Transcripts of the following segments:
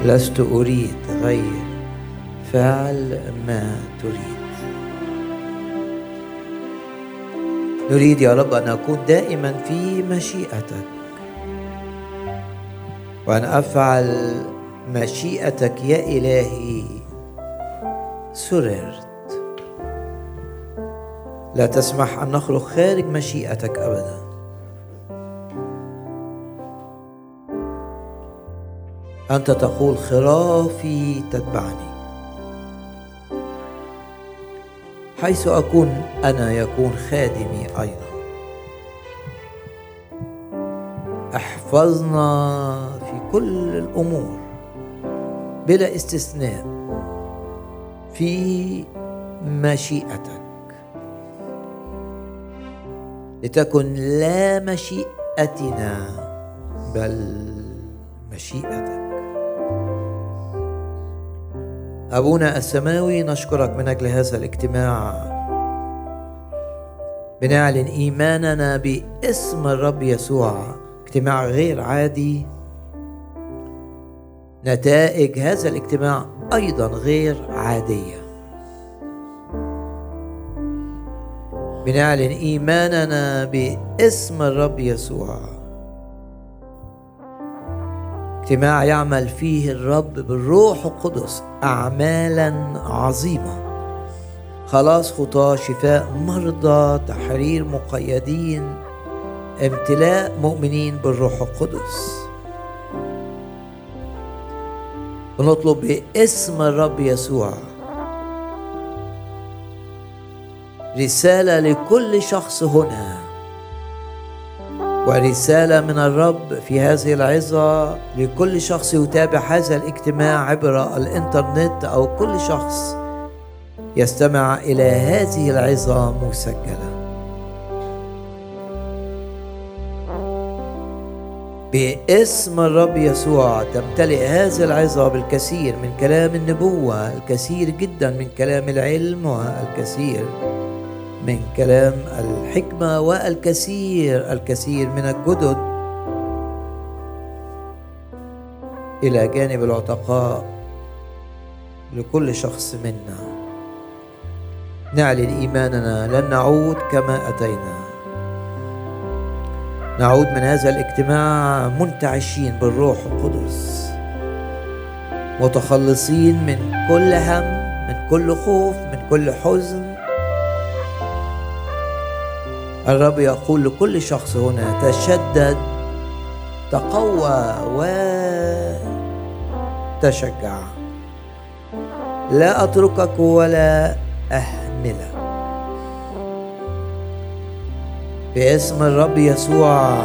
لست أريد غير فعل ما تريد. نريد يا رب أن أكون دائما في مشيئتك، وأن أفعل مشيئتك يا إلهي. سررت، لا تسمح أن نخرج خارج مشيئتك أبدا. أنت تقول خرافي تتبعني، حيث أكون أنا يكون خادمي أيضا. احفظنا في كل الأمور بلا استثناء في مشيئتك، لتكن لا مشيئتنا بل مشيئتك. أبونا السماوي، نشكرك من أجل هذا الاجتماع. بنعلن إيماننا باسم الرب يسوع، اجتماع غير عادي. نتائج هذا الاجتماع أيضا غير عادية. بنعلن إيماننا باسم الرب يسوع، اجتماع يعمل فيه الرب بالروح القدس أعمالا عظيمة، خلاص خطاة، شفاء مرضى، تحرير مقيدين، امتلاء مؤمنين بالروح القدس. ونطلب باسم الرب يسوع رسالة لكل شخص هنا، ورسالة من الرب في هذه العظة لكل شخص يتابع هذا الاجتماع عبر الإنترنت، أو كل شخص يستمع إلى هذه العظة مسجلة. باسم الرب يسوع تمتلئ هذه العظة بالكثير من كلام النبوة، الكثير جدا من كلام العلم، والكثير من كلام الحكمة، والكثير من الجدد، إلى جانب العتقاء لكل شخص منا. نعلن إيماننا لن نعود كما أتينا، نعود من هذا الاجتماع منتعشين بالروح القدس، متخلصين من كل هم، من كل خوف، من كل حزن. الرب يقول لكل شخص هنا: تشدد، تقوى وتشجع، لا أتركك ولا أهملك. باسم الرب يسوع،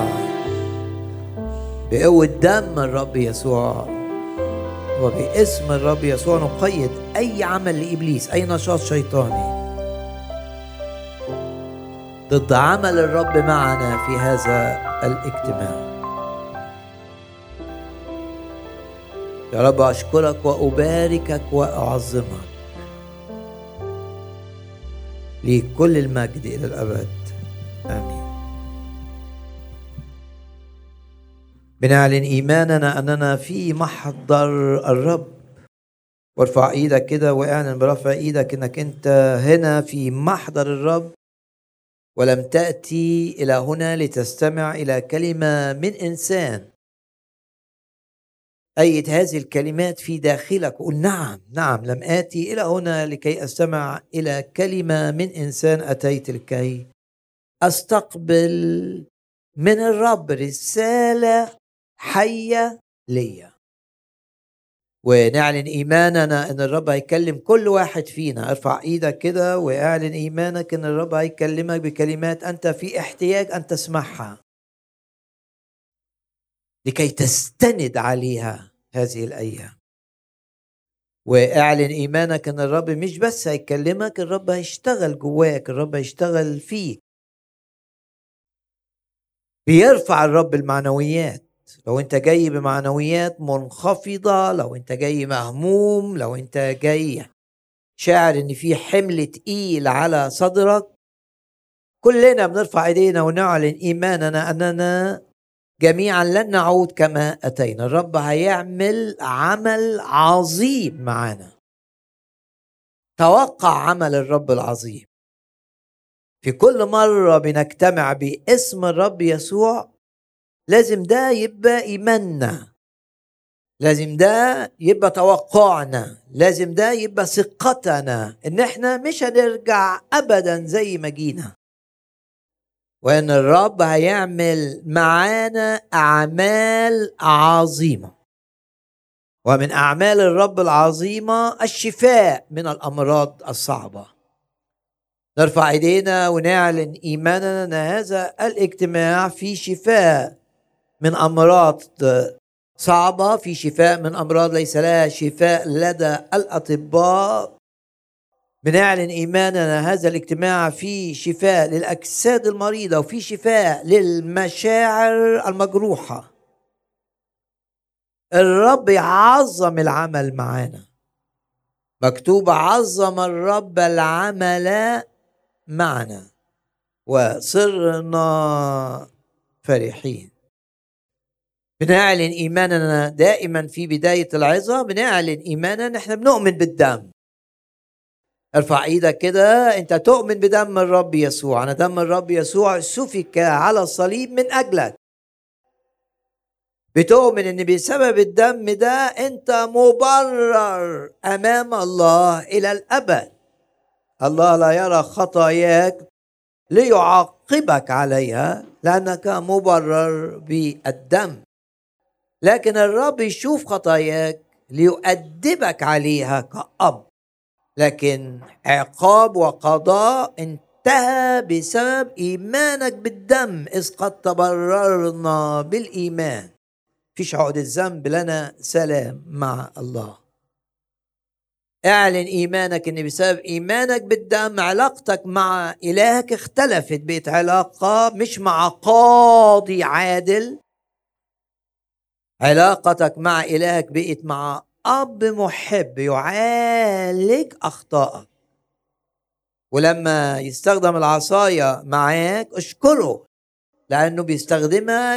بقوة دم الرب يسوع، وباسم الرب يسوع نقيد أي عمل لإبليس، أي نشاط شيطاني ضد عمل الرب معنا في هذا الاجتماع. يا رب أشكرك وأباركك وأعظمك، لكل المجد إلى الأبد، آمين. بنعلن إيماننا أننا في محضر الرب. وارفع إيدك كده واعلن برفع إيدك أنك أنت هنا في محضر الرب، ولم تأتي إلى هنا لتستمع إلى كلمة من إنسان. أيد هذه الكلمات في داخلك، قل نعم نعم، لم آتي إلى هنا لكي أستمع إلى كلمة من إنسان، أتيت لكي أستقبل من الرب رسالة حية ليا. ونعلن إيماننا أن الرب هيكلم كل واحد فينا. ارفع إيدك كده واعلن إيمانك أن الرب هيكلمك بكلمات أنت في احتياج أن تسمعها، لكي تستند عليها هذه الأيام. واعلن إيمانك أن الرب مش بس هيكلمك، الرب هيشتغل جواك، الرب هيشتغل فيك. بيرفع الرب المعنويات. لو انت جاي بمعنويات منخفضة، لو انت جاي مهموم، لو انت جاي شاعر ان في حمل تقيل على صدرك، كلنا بنرفع ايدينا ونعلن ايماننا اننا جميعا لن نعود كما أتينا. الرب هيعمل عمل عظيم معانا. توقع عمل الرب العظيم. في كل مرة بنجتمع باسم الرب يسوع لازم ده يبقى إيماننا، لازم ده يبقى توقعنا، لازم ده يبقى ثقتنا إن احنا مش هنرجع أبدا زي ما جينا، وإن الرب هيعمل معانا أعمال عظيمة. ومن أعمال الرب العظيمة الشفاء من الأمراض الصعبة. نرفع ايدينا ونعلن إيماننا أن هذا الاجتماع فيه شفاء من أمراض صعبة، في شفاء من أمراض ليس لها شفاء لدى الأطباء. بنعلن إيماننا هذا الاجتماع فيه شفاء للأجساد المريضة، وفي شفاء للمشاعر المجروحة. الرب يعظم العمل معانا. مكتوب عظم الرب العمل معنا وصرنا فرحين. بنعلن إيماننا دائما في بداية العظة، بنعلن إيماننا احنا بنؤمن بالدم. ارفع ايدك كده، انت تؤمن بدم الرب يسوع. انا دم الرب يسوع سفك على الصليب من اجلك. بتؤمن ان بسبب الدم ده انت مبرر امام الله الى الابد. الله لا يرى خطاياك ليعاقبك عليها لانك مبرر بالدم، لكن الرب يشوف خطاياك ليؤدبك عليها كأب. لكن عقاب وقضاء انتهى بسبب إيمانك بالدم، إذ قد تبررنا بالإيمان. فيش عقد الذنب، لنا سلام مع الله. اعلن إيمانك إن بسبب إيمانك بالدم علاقتك مع إلهك اختلفت، بقت علاقة مش مع قاضي عادل. علاقتك مع إلهك بقت مع أب محب يعالج أخطائك. ولما يستخدم العصاية معاك اشكره، لأنه بيستخدمها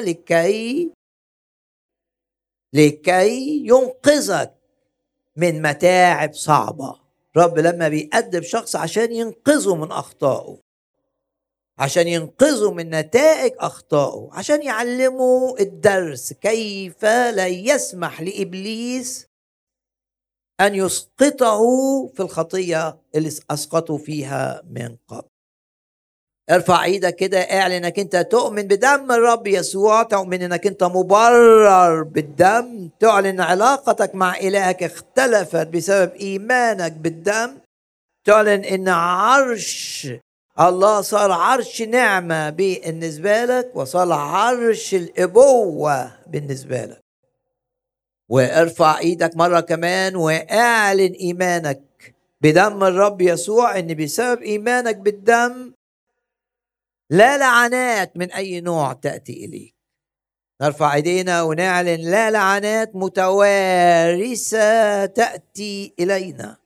لكي ينقذك من متاعب صعبة. رب لما بيأدب شخص عشان ينقذه من أخطائه، عشان ينقذه من نتائج أخطائه، عشان يعلمه الدرس كيف لا يسمح لإبليس أن يسقطه في الخطية اللي أسقطه فيها من قبل. ارفع ايدك كده، اعلن انك انت تؤمن بدم الرب يسوع، تؤمن انك انت مبرر بالدم، تعلن علاقتك مع إلهك اختلفت بسبب إيمانك بالدم، تعلن ان عرش الله صار عرش نعمة بالنسبة لك، وصار عرش الأبوة بالنسبة لك. وارفع ايدك مرة كمان واعلن ايمانك بدم الرب يسوع، ان بسبب ايمانك بالدم لا لعنات من اي نوع تأتي اليك. نرفع ايدينا ونعلن لا لعنات متوارثة تأتي الينا.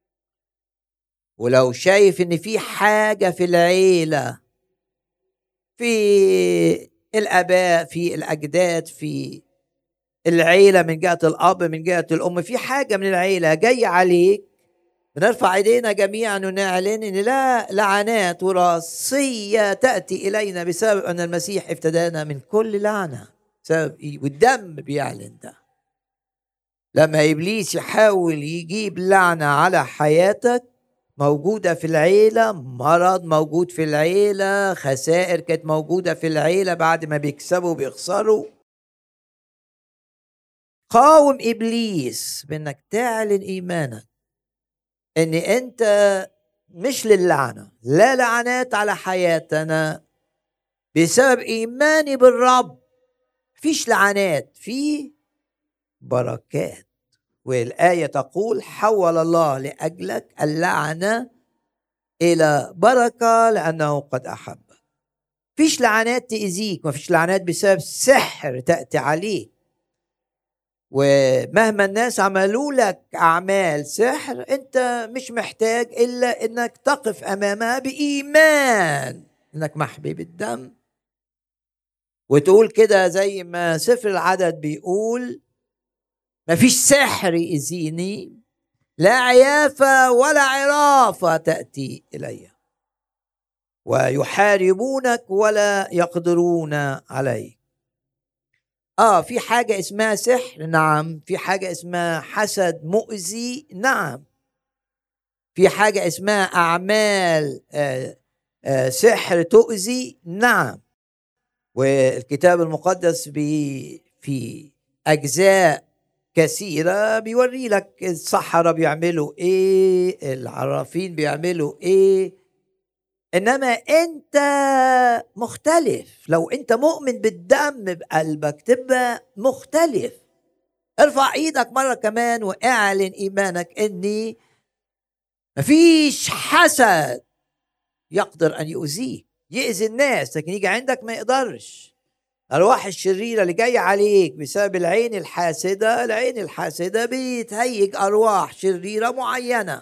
ولو شايف ان في حاجة في العيلة، في الاباء، في الاجداد، في العيلة من جهة الأب، من جهة الأم، في حاجة من العيلة جاي عليك، بنرفع ايدينا جميعا ونعلن ان لا لعنات وراثية تأتي إلينا بسبب أن المسيح افتدانا من كل لعنة. بسبب إيه؟ والدم بيعلن ده. لما إبليس يحاول يجيب لعنة على حياتك، موجودة في العيلة، مرض موجود في العيلة، خسائر كانت موجودة في العيلة بعد ما بيكسبوا بيخسروا، قاوم إبليس بأنك تعلن إيمانك ان انت مش للعنة، لا لعنات على حياتنا بسبب ايماني بالرب. فيش لعنات، في بركات. والآية تقول حول الله لأجلك اللعنة إلى بركة لأنه قد أحب. فيش لعنات تأذيك، وفيش لعنات بسبب سحر تأتي عليك. ومهما الناس عملوا لك أعمال سحر، أنت مش محتاج إلا أنك تقف أمامها بإيمان أنك محبي بالدم، وتقول كده زي ما سفر العدد بيقول: مفيش سحر يأذيني، لا عيافة ولا عرافة تأتي إلي، ويحاربونك ولا يقدرون عليك. في حاجة اسمها سحر، نعم. في حاجة اسمها حسد مؤذي، نعم. في حاجة اسمها أعمال سحر تؤذي، نعم. والكتاب المقدس في أجزاء كثيرة بيوري لك السحرة بيعملوا ايه، العرافين بيعملوا ايه. انما انت مختلف. لو انت مؤمن بالدم بقلبك تبقى مختلف. ارفع ايدك مرة كمان واعلن ايمانك اني مفيش حسد يقدر ان يؤذيك، يأذي الناس لكن يجي عندك ما يقدرش. الأرواح الشريرة اللي جاية عليك بسبب العين الحاسدة، العين الحاسدة بتهيج أرواح شريرة معينة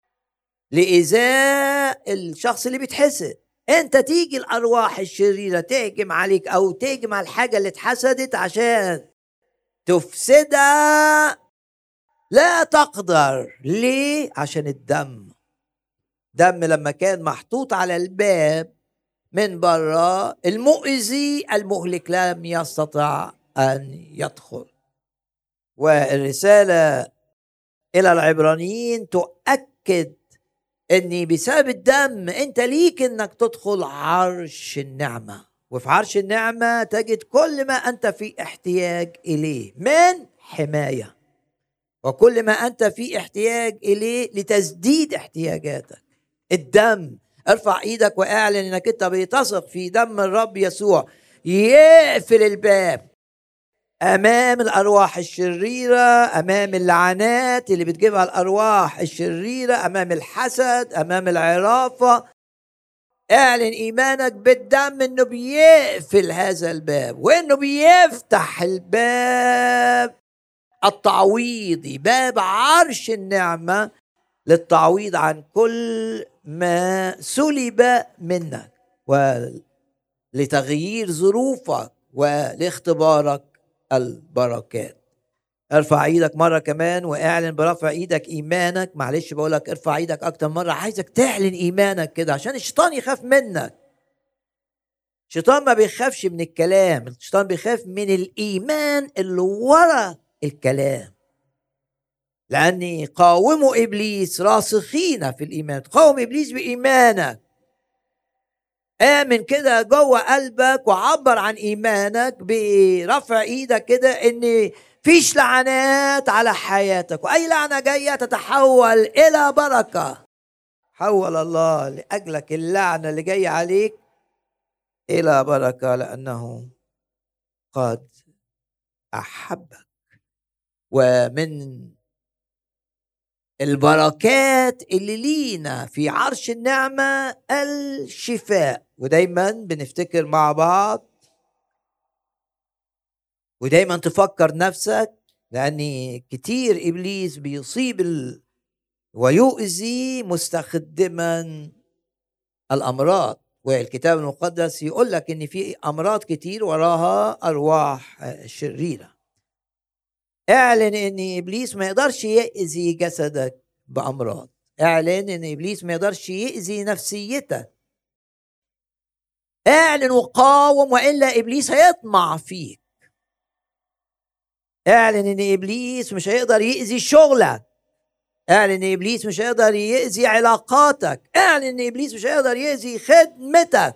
لإيذاء الشخص اللي بيتحسد. أنت تيجي الأرواح الشريرة تهجم عليك أو تهجم على الحاجة اللي اتحسدت عشان تفسدها، لا تقدر. ليه؟ عشان الدم لما كان محطوط على الباب من برا، المؤذي المهلك لم يستطع أن يدخل. والرسالة إلى العبرانيين تؤكد أن بسبب الدم أنت ليك أنك تدخل عرش النعمة، وفي عرش النعمة تجد كل ما أنت في احتياج إليه من حماية، وكل ما أنت في احتياج إليه لتسديد احتياجاتك. الدم. ارفع ايدك واعلن انك انت بتثق في دم الرب يسوع يقفل الباب امام الارواح الشريره، امام اللعنات اللي بتجيبها الارواح الشريره، امام الحسد، امام العرافه. اعلن ايمانك بالدم انه بيقفل هذا الباب، وانه بيفتح الباب التعويضي، باب عرش النعمه للتعويض عن كل ما سلب منك، ولتغيير ظروفك ولاختبارك البركات. ارفع ايدك مرة كمان واعلن برفع ايدك ايمانك. معلش بقولك ارفع ايدك اكتر مرة، عايزك تعلن ايمانك كده عشان الشيطان يخاف منك. الشيطان ما بيخافش من الكلام، الشيطان بيخاف من الايمان اللي ورا الكلام. لأني قاوموا إبليس راسخين في الإيمان. قاوم إبليس بإيمانك. آمن كده جوه قلبك وعبر عن إيمانك برفع إيدك كده إن فيش لعنات على حياتك، وأي لعنة جاية تتحول إلى بركة. حول الله لأجلك اللعنة اللي جاية عليك إلى بركة، لأنه قد أحبك. ومن البركات اللي لينا في عرش النعمة الشفاء. ودايما بنفتكر مع بعض، ودايما تفكر نفسك، لأن كتير إبليس بيصيب ويؤذي مستخدما الأمراض. والكتاب المقدس يقول لك إن في أمراض كتير وراها أرواح شريرة. اعلن ان ابليس ما يقدرش يأذي جسدك بأمراض. اعلن ان ابليس ما يقدرش يأذي نفسيتك. اعلن وقاوم، وإلا ابليس هيطمع فيك. اعلن ان ابليس مش هيقدر يأذي شغلك. اعلن ان ابليس مش هيقدر يأذي علاقاتك. اعلن ان ابليس مش هيقدر يأذي خدمتك.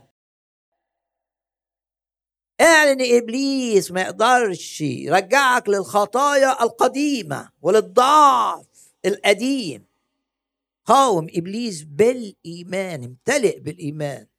اعلن ان ابليس ما يقدرش يرجعك للخطايا القديمة وللضعف القديم. قاوم إبليس بالإيمان، امتلئ بالإيمان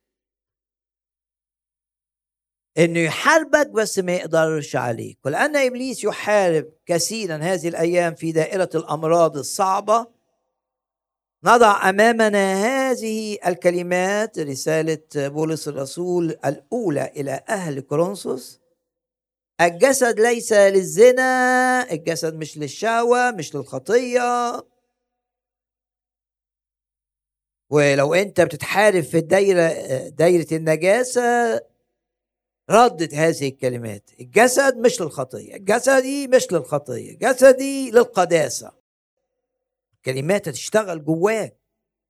إنه يحاربك بس ما يقدرش عليك. ولأن إبليس يحارب كثيرا هذه الأيام في دائرة الأمراض الصعبة، نضع أمامنا هذه الكلمات، رسالة بولس الرسول الأولى إلى أهل كورنثوس: الجسد ليس للزنا، الجسد مش للشهوة، مش للخطية. ولو انت بتتحارب في دايرة النجاسة، ردت هذه الكلمات: الجسد مش للخطية، جسدي مش للخطية، جسدي للقداسة. كلمات تشتغل جواك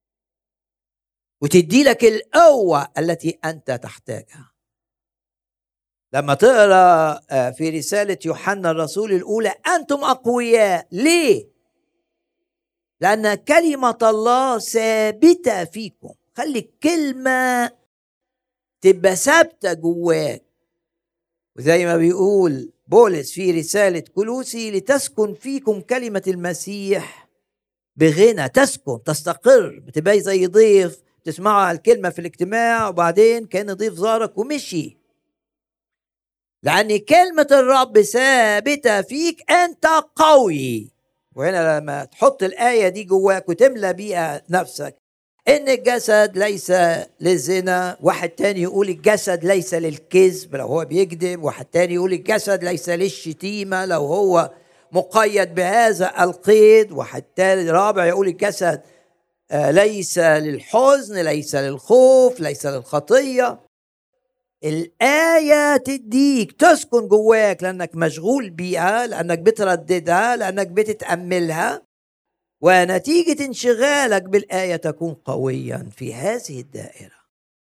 وتدي لك القوة التي أنت تحتاجها. لما تقرأ في رسالة يوحنا الرسول الأولى: أنتم أقوياء. ليه؟ لأن كلمة الله ثابتة فيكم. خلي الكلمة تبقى ثابتة جواك، وزي ما بيقول بولس في رسالة كولوسي: لتسكن فيكم كلمة المسيح بغنى. تسكن، تستقر، بتبقى زي ضيف تسمعوا الكلمة في الاجتماع وبعدين كان ضيف زارك ومشي. لأن كلمة الرب ثابتة فيك، أنت قوي. وهنا لما تحط الآية دي جواك وتملى بيها نفسك إن الجسد ليس للزنا، واحد تاني يقول الجسد ليس للكذب لو هو بيكذب، واحد تاني يقول الجسد ليس للشتيمة لو هو مقيد بهذا القيد، واحد تاني رابع يقول الجسد ليس للحزن، ليس للخوف، ليس للخطية. الآية تديك تسكن جواك لأنك مشغول بيها، لأنك بترددها، لأنك بتتأملها، ونتيجة انشغالك بالآية تكون قويا في هذه الدائرة.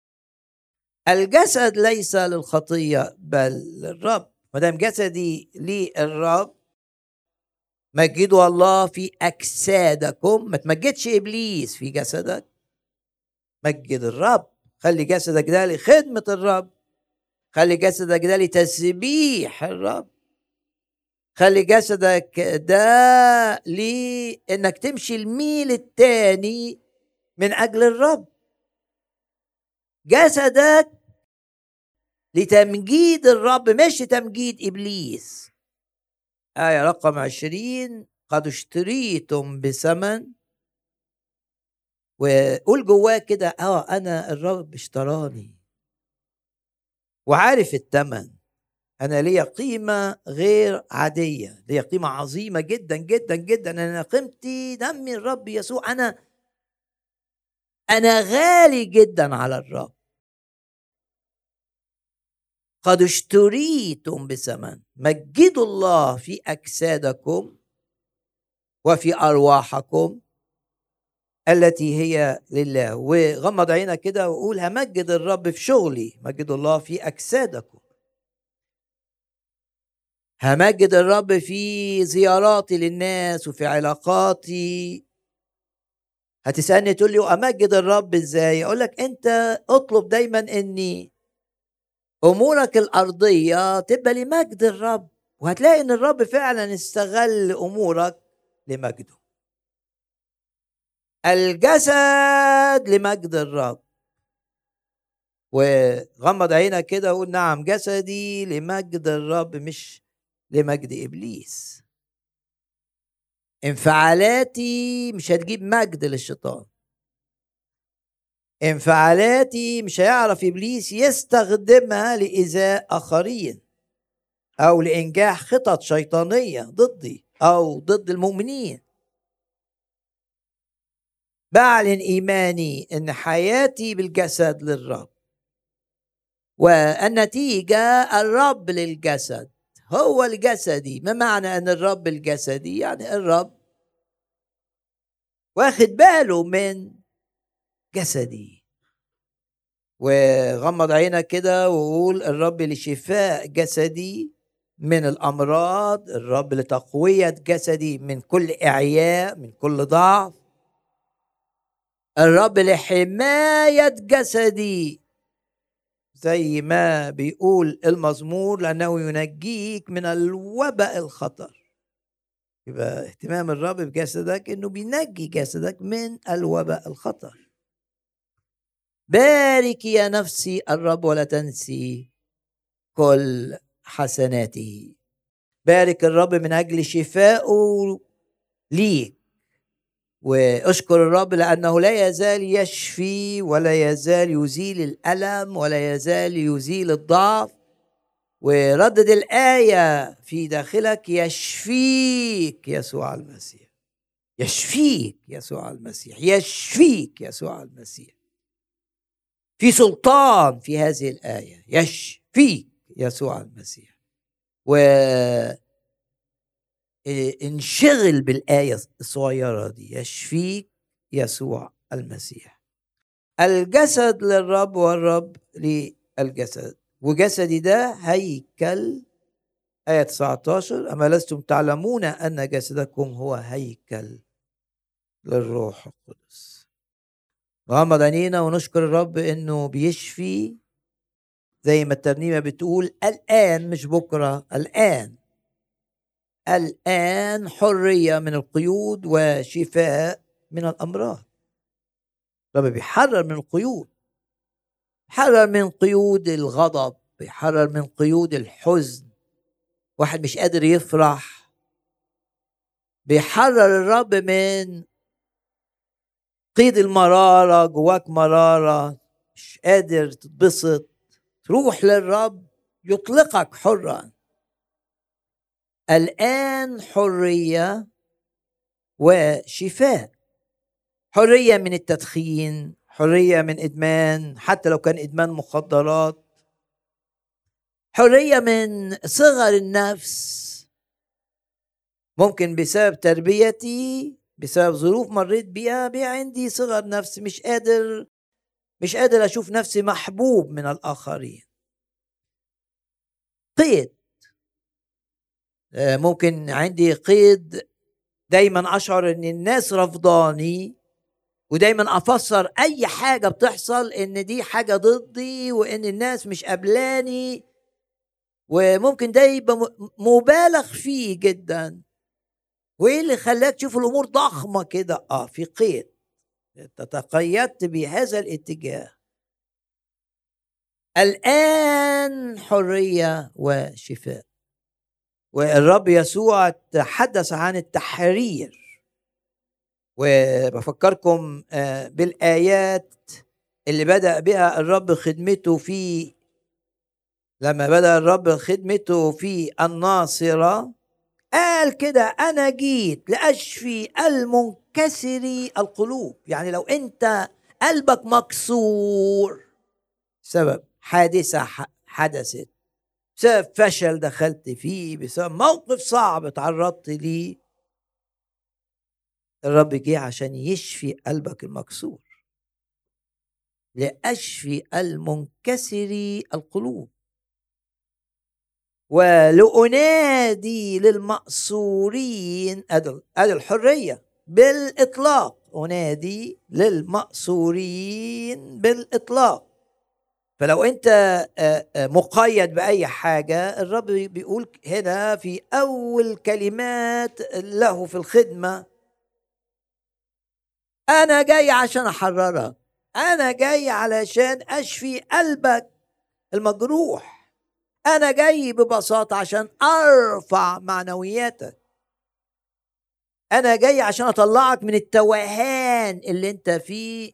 الجسد ليس للخطية بل للرب. مدام جسدي للرب، مجدوا الله في أجسادكم. ما تمجدش إبليس في جسدك، مجد الرب. خلي جسدك ده لخدمة الرب، خلي جسدك ده لتسبيح الرب، خلي جسدك ده لانك تمشي الميل التاني من اجل الرب. جسدك لتمجيد الرب مش تمجيد ابليس. آية رقم 20: قد اشتريتم بثمن. وقول جواك كده: انا الرب اشتراني وعارف الثمن. أنا ليا قيمة غير عادية، ليا قيمة عظيمة جدا جدا جدا. أنا قيمتي دم الرب يسوع. أنا غالي جدا على الرب. قد اشتريتم بثمن. مجدوا الله في أجسادكم وفي أرواحكم التي هي لله. وغمض عينك كده وقول: همجد الرب في شغلي. مجدوا الله في أجسادكم. همجد الرب في زياراتي للناس وفي علاقاتي. هتسألني تقول لي: وأمجد الرب إزاي؟ أقول لك: أنت اطلب دايما أن أمورك الأرضية تبقى لمجد الرب، وهتلاقي أن الرب فعلا استغل أمورك لمجده. الجسد لمجد الرب. وغمض عينك كده وقول: نعم، جسدي لمجد الرب مش لمجد إبليس. انفعالاتي مش هتجيب مجد للشيطان. انفعالاتي مش هيعرف إبليس يستخدمها لإيذاء آخرين أو لإنجاح خطط شيطانية ضدي أو ضد المؤمنين. بعلن إيماني إن حياتي بالجسد للرب، والنتيجة الرب للجسد. هو الجسدي. ما معنى أن الرب الجسدي؟ يعني الرب واخد باله من جسدي. وغمض عينك كده وقول: الرب لشفاء جسدي من الأمراض، الرب لتقوية جسدي من كل إعياء، من كل ضعف، الرب لحماية جسدي زي ما بيقول المزمور: لأنه ينجيك من الوباء الخطر. يبقى اهتمام الرب بجسدك إنه بينجي جسدك من الوباء الخطر. بارك يا نفسي الرب ولا تنسي كل حسناته. بارك الرب من أجل شفائه ليك، واشكر الرب لأنه لا يزال يشفي ولا يزال يزيل الألم ولا يزال يزيل الضعف. وردد الآية في داخلك: يشفيك يسوع المسيح، يشفيك يسوع المسيح، يشفيك يسوع المسيح. في سلطان في هذه الآية: يشفيك يسوع المسيح. انشغل بالآية الصغيرة دي، يشفيك يسوع المسيح. الجسد للرب والرب للجسد، وجسدي ده هيكل. آية 19: أما لستم تعلمون أن جسدكم هو هيكل للروح القدس. غمض عينينا ونشكر الرب إنه بيشفي، زي ما الترنيمة بتقول الآن مش بكرة، الآن. الآن حرية من القيود وشفاء من الأمراض. الرب بيحرر من القيود، بيحرر من قيود الغضب، بيحرر من قيود الحزن، واحد مش قادر يفرح. بيحرر الرب من قيد المرارة، جواك مرارة مش قادر تتبسط، تروح للرب يطلقك حرا. الآن حرية وشفاء. حرية من التدخين، حرية من إدمان، حتى لو كان إدمان مخدرات. حرية من صغر النفس، ممكن بسبب تربيتي، بسبب ظروف مريت بيها عندي صغر نفس، مش قادر أشوف نفسي محبوب من الآخرين. قيد، ممكن عندي قيد، دايما أشعر أن الناس رفضاني، ودايما أفسر أي حاجة بتحصل أن دي حاجة ضدي، وأن الناس مش قبلاني، وممكن ده يبقى مبالغ فيه جدا. وإيه اللي خلاك تشوف الأمور ضخمة كده؟ في قيد، تقيدت بهذا الاتجاه. الآن حرية وشفاء. والرب يسوع تحدث عن التحرير، وبفكركم بالآيات اللي بدأ بها الرب خدمته لما بدأ الرب خدمته في الناصرة، قال كده: أنا جيت لأشفي المنكسري القلوب. يعني لو أنت قلبك مكسور بسبب حادثة حدثت، بسبب فشل دخلت فيه، بسبب موقف صعب تعرضت ليه، الرب جه عشان يشفي قلبك المكسور. لأشفي المنكسري القلوب ولأنادي للمأسورين. أدي الحرية بالإطلاق، أنادي للمأسورين بالإطلاق. فلو أنت مقيد بأي حاجة، الرب بيقول هنا في أول كلمات له في الخدمة: أنا جاي عشان أحررك، أنا جاي علشان أشفي قلبك المجروح، أنا جاي ببساطة عشان أرفع معنوياتك، أنا جاي عشان أطلعك من التوهان اللي أنت فيه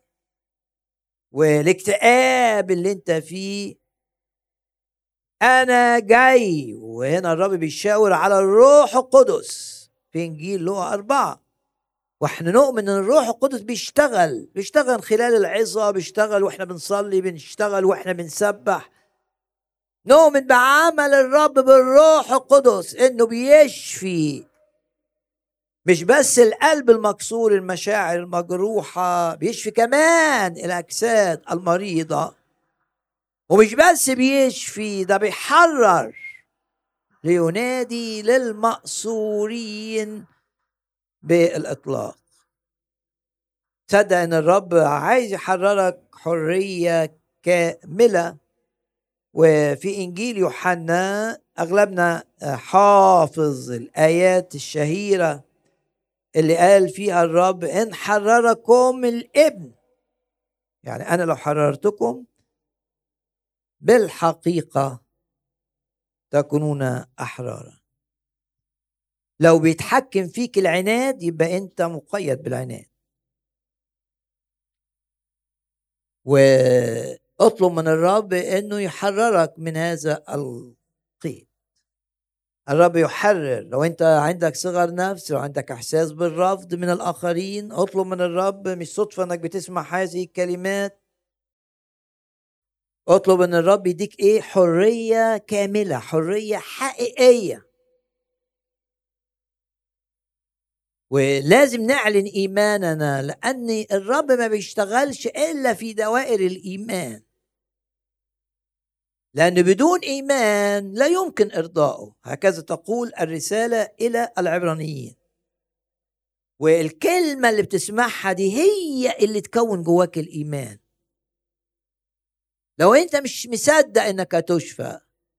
والاكتئاب اللي أنت فيه. أنا جاي. وهنا الرب بيشاور على الروح القدس في إنجيل لوقا 4، واحنا نؤمن ان الروح القدس بيشتغل خلال العظة، بيشتغل واحنا بنصلي، بيشتغل واحنا بنسبح. نؤمن بعمل الرب بالروح القدس، انه بيشفي مش بس القلب المكسور، المشاعر المجروحة، بيشفي كمان الأجساد المريضة. ومش بس بيشفي، ده بيحرر. لينادي للمأسورين بالإطلاق. تصدق ان الرب عايز يحررك حرية كاملة. وفي إنجيل يوحنا أغلبنا حافظ الآيات الشهيرة اللي قال فيها الرب: إن حرركم الابن، يعني أنا لو حررتكم بالحقيقة تكونون أحرارا. لو بيتحكم فيك العناد، يبقى أنت مقيد بالعناد. واطلب من الرب إنه يحررك من هذا القيد. الرب يحرر. لو انت عندك صغر نفس، لو عندك احساس بالرفض من الاخرين، اطلب من الرب. مش صدفة انك بتسمع هذه الكلمات. اطلب ان الرب يديك ايه؟ حرية كاملة، حرية حقيقية. ولازم نعلن ايماننا، لان الرب ما بيشتغلش الا في دوائر الايمان، لان بدون ايمان لا يمكن ارضائه. هكذا تقول الرسالة الى العبرانيين. والكلمة اللي بتسمعها دي هي اللي تكون جواك الايمان. لو انت مش مصدق انك هتشفى،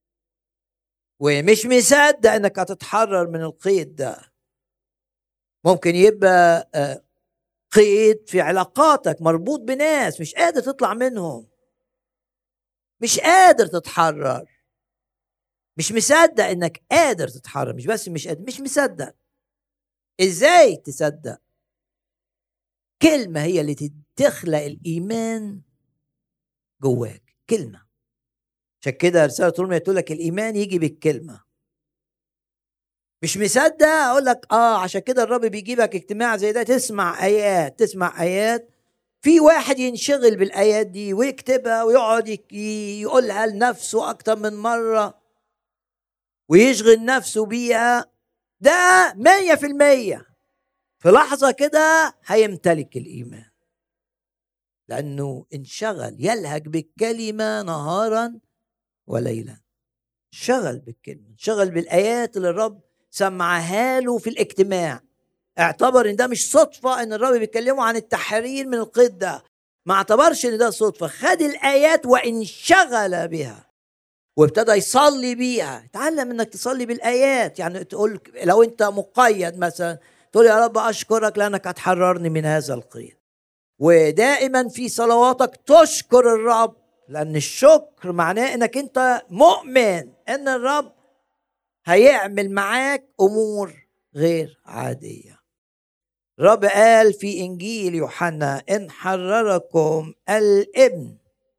ومش مصدق انك هتتحرر من القيد ده، ممكن يبقى قيد في علاقاتك، مربوط بناس مش قادر تطلع منهم، مش قادر تتحرر، مش مصدق انك قادر تتحرر. مش بس مش قادر، مش مصدق. ازاي تصدق؟ كلمة هي اللي تخلق الإيمان جواك، كلمة. عشان كده رسالة رومية تقول لك الإيمان يجي بالكلمة. مش مصدق، أقول لك عشان كده الرب بيجيبك اجتماع زي ده، تسمع آيات، تسمع آيات، في واحد ينشغل بالآيات دي ويكتبها ويقعد يقولها لنفسه أكتر من مرة ويشغل نفسه بيها. ده 100% في لحظة كده هيمتلك الإيمان، لأنه انشغل يلهج بالكلمة نهارا وليلا. انشغل بالكلمة، انشغل بالآيات اللي الرب سمعها له في الاجتماع. اعتبر ان ده مش صدفة ان الرب بيتكلموا عن التحرير من القيد ده، ما اعتبرش ان ده صدفة. خد الآيات وانشغل بها وابتدى يصلي بيها. اتعلم انك تصلي بالآيات. يعني تقول لو انت مقيد مثلا، تقول يا رب أشكرك لأنك هتحررني من هذا القيد. ودائما في صلواتك تشكر الرب، لأن الشكر معناه انك انت مؤمن ان الرب هيعمل معاك أمور غير عادية. الرب قال في إنجيل يوحنا: إن حرركم الابن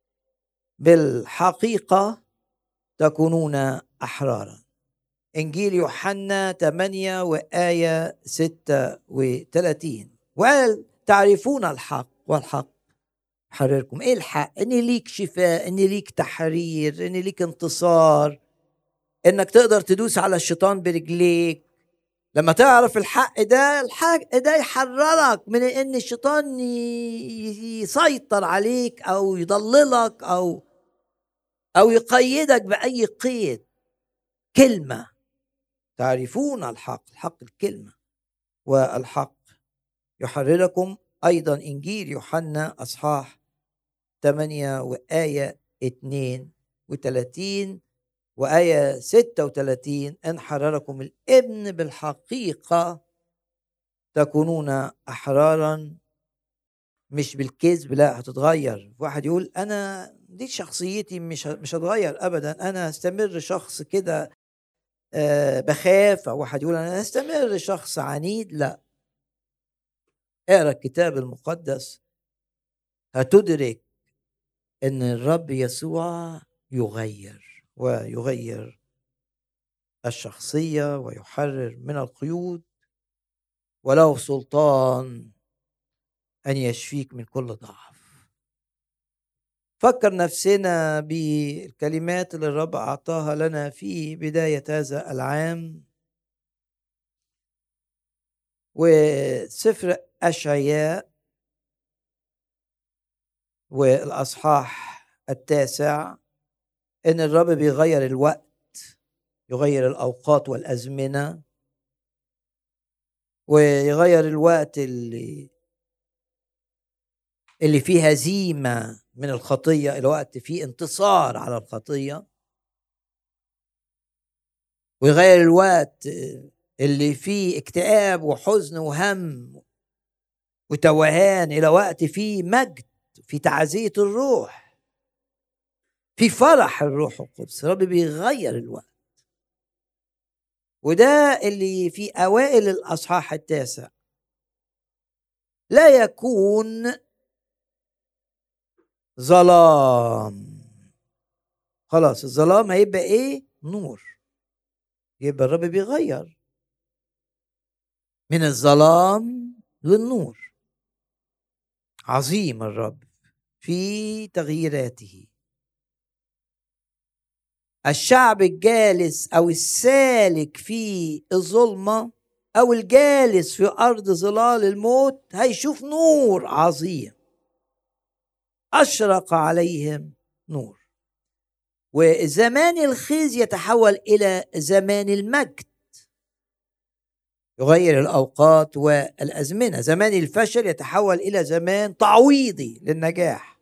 بالحقيقة تكونون أحرارا. إنجيل يوحنا 8 وآية 36. وقال: تعرفون الحق والحق يحرركم. إيه الحق؟ إن ليك شفاء، إن ليك تحرير، إن ليك انتصار، إنك تقدر تدوس على الشيطان برجليك. لما تعرف الحق ده، الحق ده يحررك من ان الشيطان يسيطر عليك او يضللك او يقيدك باي قيد. كلمة. تعرفون الحق، الحق الكلمة، والحق يحرركم. ايضا انجيل يوحنا اصحاح 8 وآية 32 وآية 36: ان حرركم الابن بالحقيقة تكونون احرارا. مش بالكذب، لا، هتتغير. واحد يقول انا دي شخصيتي، مش هتغير ابدا، انا هستمر شخص كده بخاف. او واحد يقول انا هستمر شخص عنيد. لا، اقرا الكتاب المقدس هتدرك ان الرب يسوع يغير ويغير الشخصية ويحرر من القيود، وله سلطان ان يشفيك من كل ضعف. فكر نفسنا بالكلمات اللي الرب أعطاها لنا في بداية هذا العام. وسفر أشعياء والأصحاح 9، إن الرب بيغير الوقت، يغير الأوقات والأزمنة، ويغير الوقت اللي فيه هزيمة من الخطية إلى وقت فيه انتصار على الخطية، ويغير الوقت اللي فيه اكتئاب وحزن وهم وتوهان إلى وقت فيه مجد، في تعزية الروح، في فرح الروح القدس. الرب بيغير الوقت. وده اللي في أوائل الأصحاح 9. لا يكون ظلام. خلاص الظلام هيبقى إيه؟ نور. يبقى الرب بيغير من الظلام للنور. عظيم الرب في تغييراته. الشعب الجالس أو السالك في الظلمة أو الجالس في أرض ظلال الموت هيشوف نور عظيم أشرق عليهم نور. وزمان الخزي يتحول إلى زمان المجد، يغير الأوقات والأزمنة. زمان الفشل يتحول إلى زمان تعويضي للنجاح.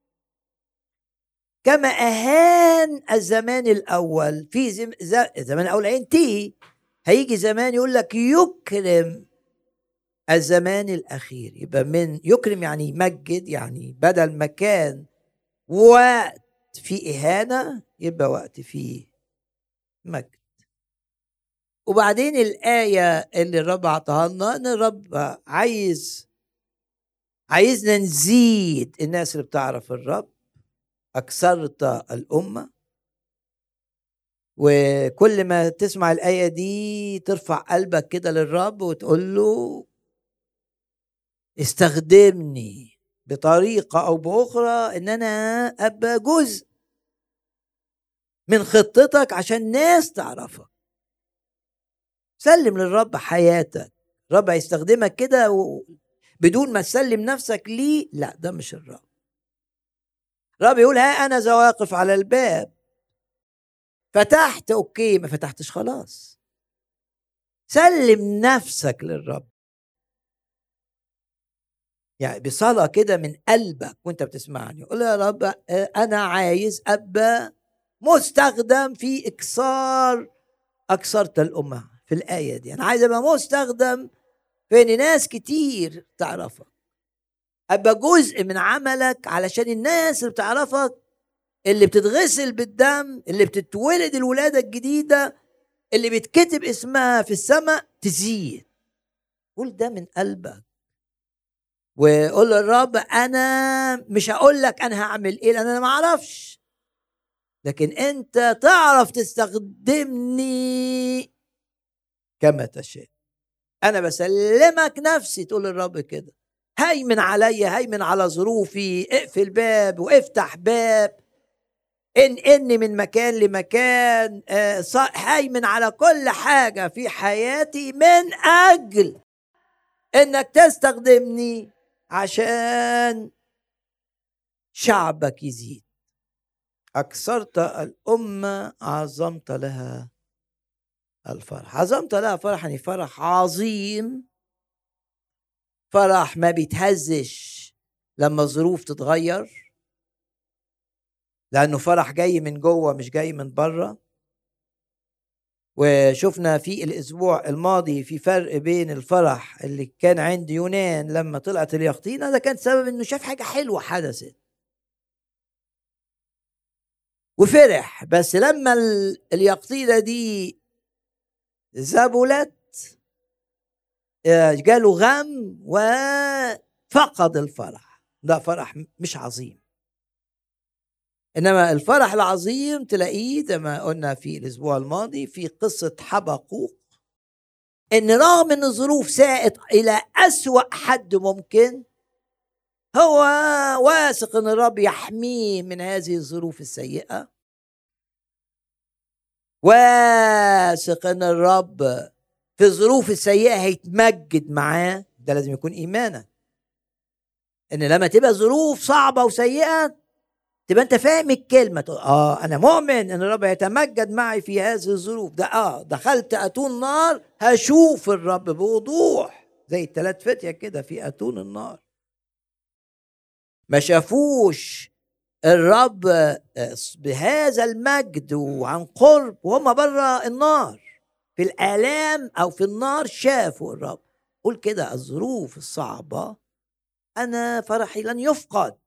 كما أهان الزمان الأول في الزمان الأول هينتهي، هيجي زمان يقول لك يكرم الزمان الأخير. يبقى من يكرم يعني يمجد، يعني بدل ما كان وقت في إهانة يبقى وقت فيه مجد. وبعدين الآية اللي الرب عطاها لنا إن الرب عايزنا نزيد الناس اللي بتعرف الرب. أكثرت الأمة. وكل ما تسمع الآية دي ترفع قلبك كده للرب وتقول له استخدمني بطريقة أو بأخرى إن أنا أبقى جزء من خطتك عشان ناس تعرفك. سلم للرب حياتك، الرب هيستخدمك كده بدون ما تسلم نفسك ليه. لا، ده مش الرب. الرب يقول ها أنا ذا واقف على الباب، فتحت أوكي، ما فتحتش خلاص. سلم نفسك للرب، يعني بصلاة كده من قلبك وانت بتسمعني. قول يا رب أنا عايز أبقى مستخدم في أكثرت الأمة. في الآية دي أنا عايز أبقى مستخدم في إن ناس كتير تعرفك، أبقى جزء من عملك علشان الناس اللي بتعرفك، اللي بتتغسل بالدم، اللي بتتولد الولادة الجديدة، اللي بيتكتب اسمها في السماء تزيد. قول ده من قلبك وقول للرب أنا مش هقول لك أنا هعمل إيه لأن أنا ما أعرفش، لكن أنت تعرف تستخدمني كما تشاء. أنا بسلمك نفسي. تقول للرب كده هيمن عليا، هيمن على ظروفي، اقفل باب وافتح باب، انقلني من مكان لمكان، هيمن على كل حاجة في حياتي من أجل إنك تستخدمني عشان شعبك يزيد. أكثرت الأمة عظمت لها الفرح. عظمت لها فرح يعني فرح عظيم، فرح ما بيتهزش لما الظروف تتغير، لأنه فرح جاي من جوه مش جاي من بره. وشفنا في الأسبوع الماضي في فرق بين الفرح اللي كان عند يونان لما طلعت اليقطينة، ده كان سبب إنه شاف حاجة حلوة حدثت وفرح. بس لما اليقطينة دي زبلت جاله غم وفقد الفرح. ده فرح مش عظيم. إنما الفرح العظيم تلاقيه زي ما قلنا في الأسبوع الماضي في قصة حبقوق، إن رغم إن الظروف ساءت إلى أسوأ حد ممكن، هو واثق إن الرب يحميه من هذه الظروف السيئة، واثق إن الرب في الظروف السيئة هيتمجد معاه. ده لازم يكون إيمانك، إن لما تبقى ظروف صعبة وسيئة تبقى أنت فاهم الكلمة. أنا مؤمن إن الرب يتمجد معي في هذه الظروف. ده دخلت أتون نار هشوف الرب بوضوح، زي الثلاث فتية كده في أتون النار ما شافوش الرب بهذا المجد وعن قرب وهم بره النار. في الآلام أو في النار شافوا الرب. قول كده الظروف الصعبة أنا فرحي لن يفقد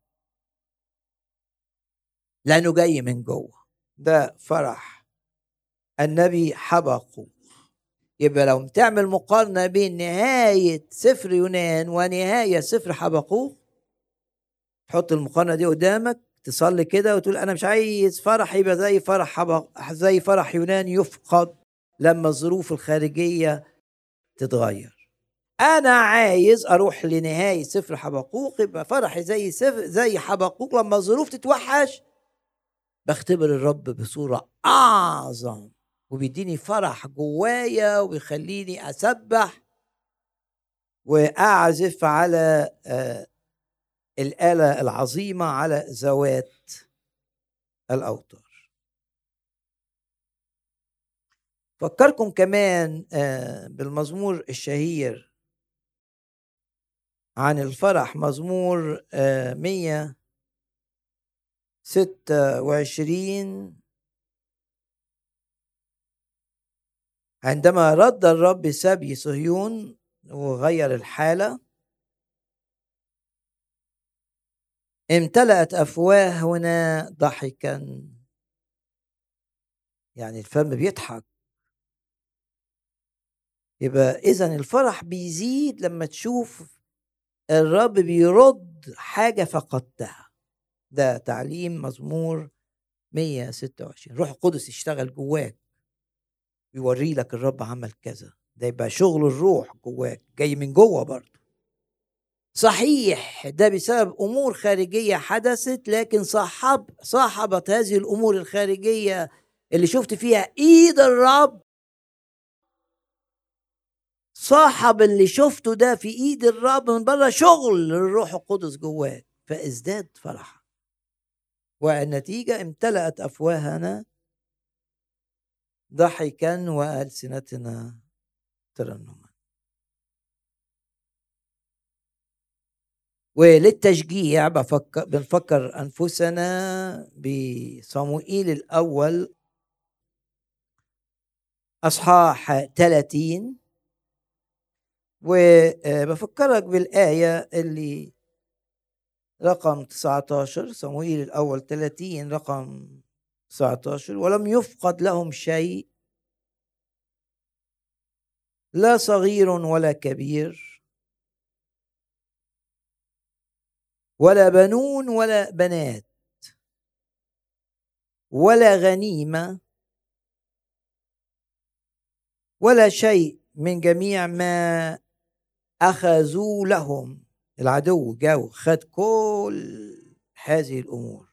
لأنه جاي من جوه. ده فرح النبي حبقوق. يبقى لو تعمل مقارنة بين نهاية سفر يونان ونهاية سفر حبقوق، تحط المقارنة دي قدامك، تصلي كده وتقول أنا مش عايز فرح يبقى زي فرح يونان يفقد لما الظروف الخارجية تتغير. أنا عايز أروح لنهاية سفر حبقوق يبقى فرحي زي حبقوق لما الظروف تتوحش بختبر الرب بصورة أعظم، وبيديني فرح جوايا ويخليني أسبح وأعزف على الآلة العظيمة على ذوات الأوتار. فكركم كمان بالمزمور الشهير عن الفرح، مزمور 126. عندما رد الرب سبي صهيون وغير الحالة، امتلأت أفواهنا ضحكا. يعني الفم بيضحك. يبقى إذن الفرح بيزيد لما تشوف الرب بيرد حاجة فقدتها. ده تعليم مزمور 126. روح القدس يشتغل جواك يوري لك الرب عمل كذا. ده يبقى شغل الروح جواك، جاي من جوه برضه. صحيح ده بسبب أمور خارجية حدثت، لكن صاحبت هذه الأمور الخارجية اللي شفت فيها إيد الرب، صاحب اللي شفته ده في إيد الرب من بره شغل الروح القدس جواك، فازداد فرح. والنتيجة امتلأت أفواهنا ضحكا وألسنتنا ترنما. وللتشجيع بنفكر أنفسنا بصموئيل الأول أصحاح 30، وبفكرك بالآية اللي رقم 19، صموئيل الأول 30 رقم 19: ولم يفقد لهم شيء، لا صغير ولا كبير، ولا بنون ولا بنات، ولا غنيمة، ولا شيء من جميع ما أخذوا لهم. العدو جاو خد كل هذه الأمور،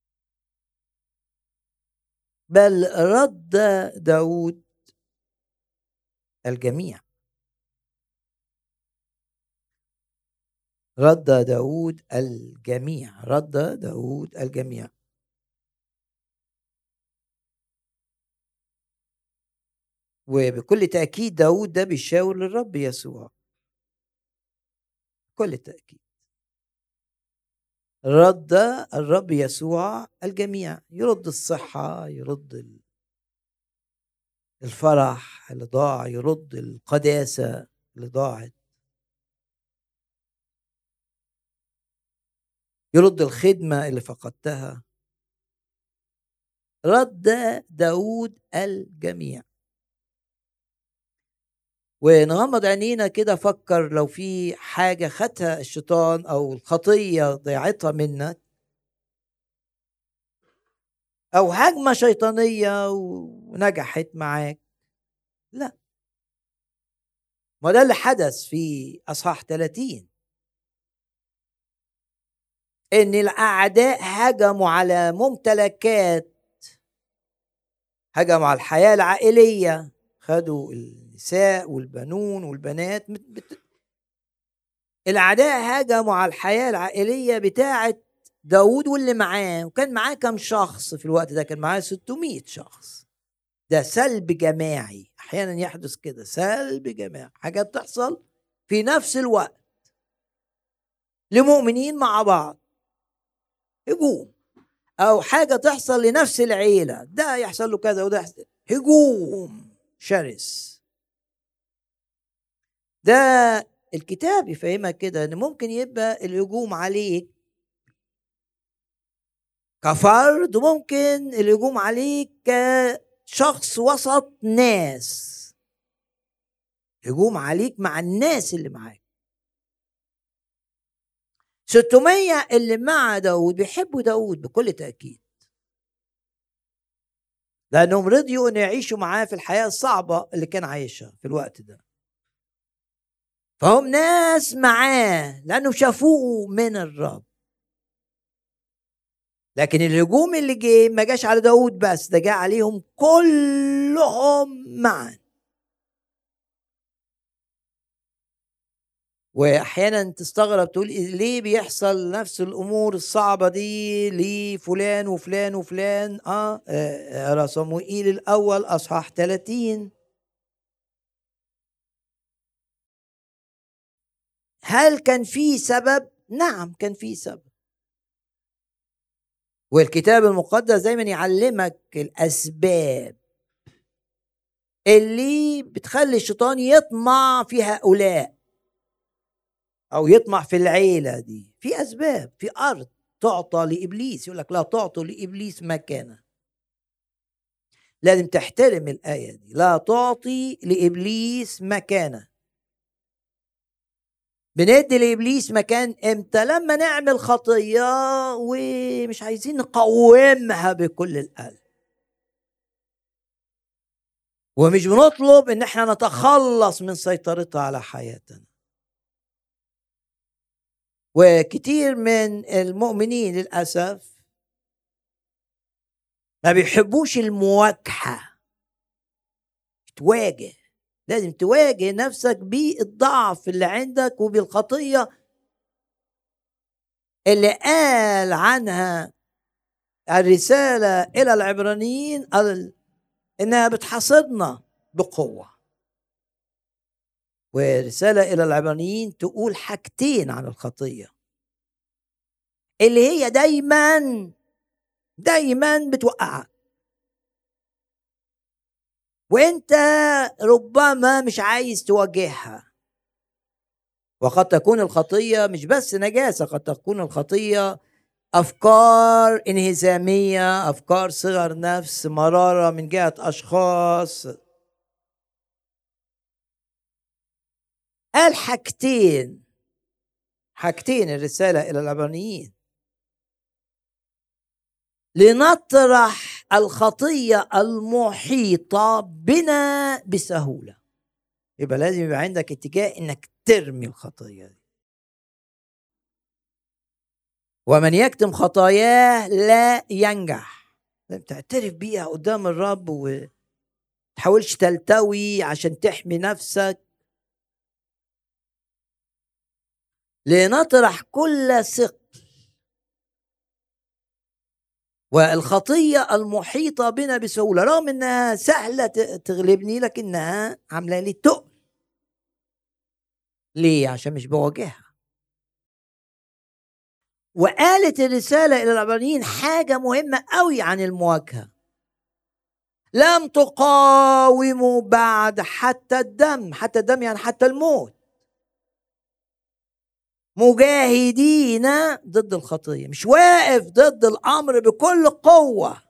بل رد داود الجميع. رد داود الجميع. رد داود الجميع. وبكل تأكيد داود ده بيشاور للرب يسوع، بكل تأكيد. رد الرب يسوع الجميع، يرد الصحة، يرد الفرح اللي ضاع، يرد القداسة اللي ضاعت، يرد الخدمة اللي فقدتها. رد داود الجميع. ونغمض عينينا كده، فكر لو في حاجة خدها الشيطان أو الخطية ضيعتها منك، أو هجمة شيطانية ونجحت معاك. لا، ما ده اللي حدث في أصحاح 30، إن الأعداء هجموا على ممتلكات، هجموا على الحياة العائلية، خدوا النساء والبنون والبنات. الأعداء هجموا على الحياة العائلية بتاعة داود واللي معاه. وكان معاه كم شخص في الوقت ده؟ كان معاه 600 شخص. ده سلب جماعي. أحيانا يحدث كده سلب جماعي، حاجات تحصل في نفس الوقت لمؤمنين مع بعض، هجوم، أو حاجة تحصل لنفس العيلة، ده يحصل له كذا وده يحصل. هجوم شرس. ده الكتاب يفهمك كده، ان ممكن يبقى الهجوم عليك كفرد، وممكن الهجوم عليك كشخص وسط ناس، هجوم عليك مع الناس اللي معاك. 600 اللي مع داود بيحبوا داود بكل تأكيد، لأنهم رضيوا أن يعيشوا معاه في الحياة الصعبة اللي كان عايشها في الوقت ده. فهم ناس معاه لأنه شافوه من الرب، لكن الهجوم اللي جه ما جاش على داود بس، ده جاء عليهم كلهم معا. واحيانا تستغرب تقول ليه بيحصل نفس الامور الصعبه دي لفلان وفلان وفلان. صموئيل الاول اصحاح 30. هل كان في سبب؟ نعم كان في سبب. والكتاب المقدس دايما يعلمك الاسباب اللي بتخلي الشيطان يطمع في هؤلاء او يطمع في العيله دي. في اسباب، في ارض تعطى لابليس. يقول لك لا تعطوا لابليس مكانه. لازم تحترم الايه دي، لا تعطي لابليس مكانه. بندي لابليس مكان امتى؟ لما نعمل خطيه ومش عايزين نقومها بكل القلب، ومش بنطلب ان احنا نتخلص من سيطرتها على حياتنا. وكتير من المؤمنين للأسف ما بيحبوش المواجهة. تواجه، لازم تواجه نفسك بالضعف اللي عندك وبالخطية اللي قال عنها الرسالة إلى العبرانيين إنها بتحاصرنا بقوة. ورسالة إلى العبرانيين تقول حاجتين عن الخطية اللي هي دايما بتوقعك، وانت ربما مش عايز تواجهها. وقد تكون الخطية مش بس نجاسة، قد تكون الخطية أفكار انهزامية، أفكار صغر نفس، مرارة من جهة أشخاص. قال حاجتين الرسالة إلى العبرانيين: لنطرح الخطية المحيطة بنا بسهولة. يبقى لازم يبقى عندك اتجاه انك ترمي الخطية دي. ومن يكتم خطاياه لا ينجح. لازم تعترف بيها قدام الرب وتحاولش تلتوي عشان تحمي نفسك. لنطرح كل ثقل والخطية المحيطة بنا بسهولة، رغم انها سهلة تغلبني لكنها عاملة لي تقل. ليه؟ عشان مش بواجهها. وقالت الرسالة إلى العبرانيين حاجة مهمة قوي عن المواجهة: لم تقاوموا بعد حتى الدم. حتى الدم يعني حتى الموت. مجاهدين ضد الخطية، مش واقف ضد الأمر بكل قوة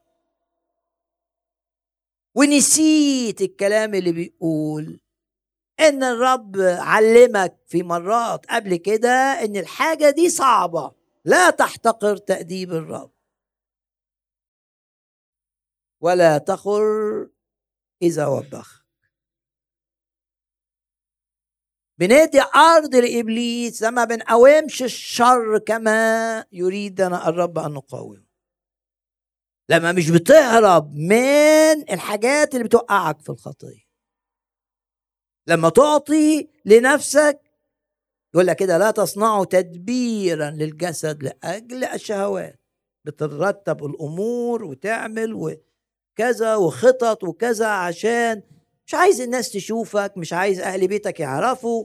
ونسيت الكلام اللي بيقول إن الرب علمك في مرات قبل كده إن الحاجة دي صعبة. لا تحتقر تأديب الرب ولا تخر إذا وبخ. بندي أرض لإبليس لما بنقاومش الشر كما يريدنا الرب أن نقاوم. لما مش بتهرب من الحاجات اللي بتوقعك في الخطية. لما تعطي لنفسك، يقول لك كده: لا تصنعوا تدبيرا للجسد لأجل الشهوات. بترتب الأمور وتعمل وكذا وخطط وكذا عشان مش عايز الناس تشوفك، مش عايز أهل بيتك يعرفوا.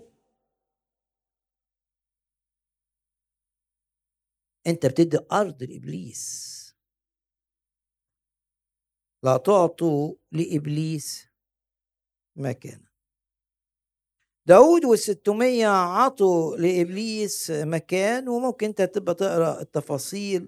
أنت بتدي أرض لإبليس. لا تعطوا لإبليس مكان. داود وال600 عطوا لإبليس مكان. وممكن أنت تبقى تقرأ التفاصيل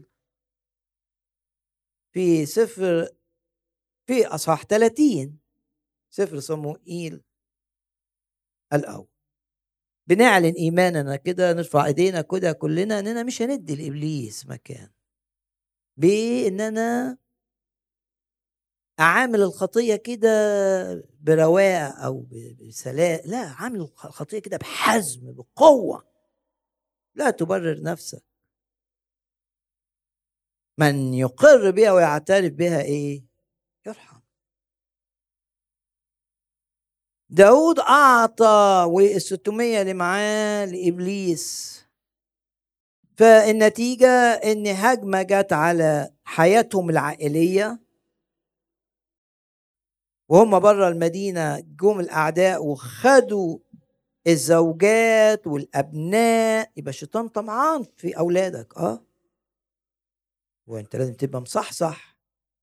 في أصحاح 30 سفر صموئيل الأول. بنعلن إيماننا كده، نرفع إيدينا كده كلنا أننا مش هندي لإبليس مكان بأننا أعامل الخطية كده برواء أو بسلام. لا، عامل الخطية كده بحزم بقوة. لا تبرر نفسك. من يقر بها ويعترف بها ايه؟ يرحم. داود اعطى وال600 اللي معاه لابليس، فالنتيجة ان هجمة جت على حياتهم العائلية، وهم بره المدينة جم الاعداء وخدوا الزوجات والابناء. يبقى الشيطان طمعان في اولادك، وانت لازم تبقى مصحصح.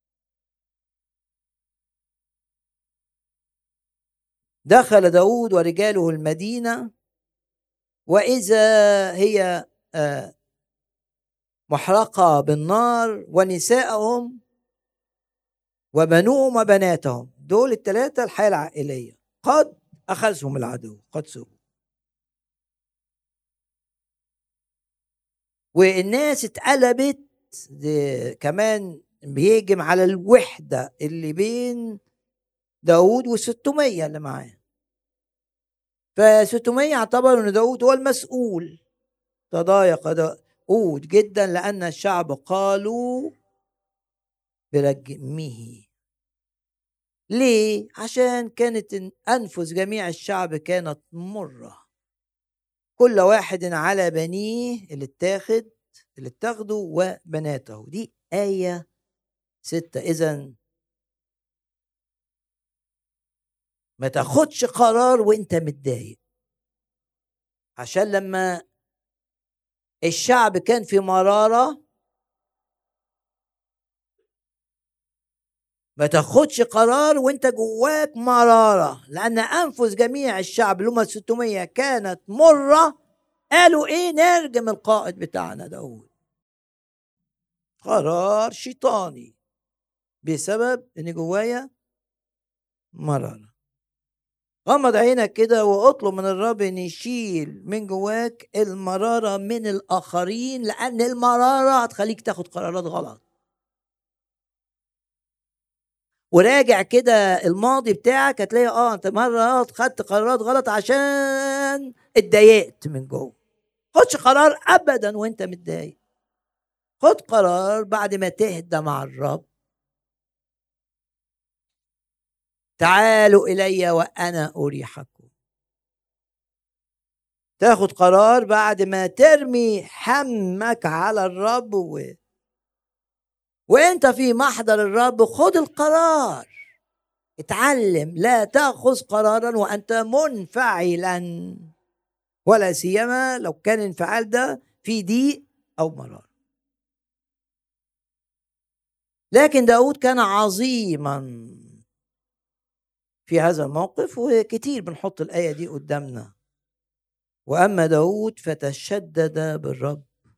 دخل داود ورجاله المدينة، وإذا هي محرقة بالنار، ونساءهم وبنوهم وبناتهم، دول الثلاثة الحياة العائلية، قد أخذهم العدو، قد سبوا. والناس اتقلبت، كمان بيهجم على الوحدة اللي بين داود و600 اللي معاه. ف600 اعتبروا ان داود هو المسؤول. تضايق داود جدا لأن الشعب قالوا برجمه. ليه؟ عشان كانت أنفس جميع الشعب كانت مرة، كل واحد على بنيه اللي اتاخدوا وبناته. دي آية 6. إذن ما تاخدش قرار وانت متضايق، عشان لما الشعب كان في مرارة ما تاخدش قرار وانت جواك مرارة، لأن أنفس جميع الشعب اللي هم 600 كانت مرة. قالوا ايه؟ نرجم القائد بتاعنا داود. قرار شيطاني بسبب ان جوايا مرارة. غمض عينك كده واطلب من الرب ان يشيل من جواك المرارة من الآخرين، لأن المرارة هتخليك تاخد قرارات غلط. وراجع كده الماضي بتاعك، هتلاقي انت مرة خدت قرارات غلط عشان اتضايقت من جوه. خدش قرار ابدا وانت متضايق، خد قرار بعد ما تهدى مع الرب. تعالوا الي وانا اريحكم. تاخد قرار بعد ما ترمي همك على الرب وانت في محضر الرب. خد القرار، اتعلم لا تاخذ قرارا وانت منفعلا، ولا سيما لو كان الانفعال ده في ضيق او مرار. لكن داود كان عظيما في هذا الموقف، وكتير بنحط الآية دي قدامنا. وأما داود فتشدد بالرب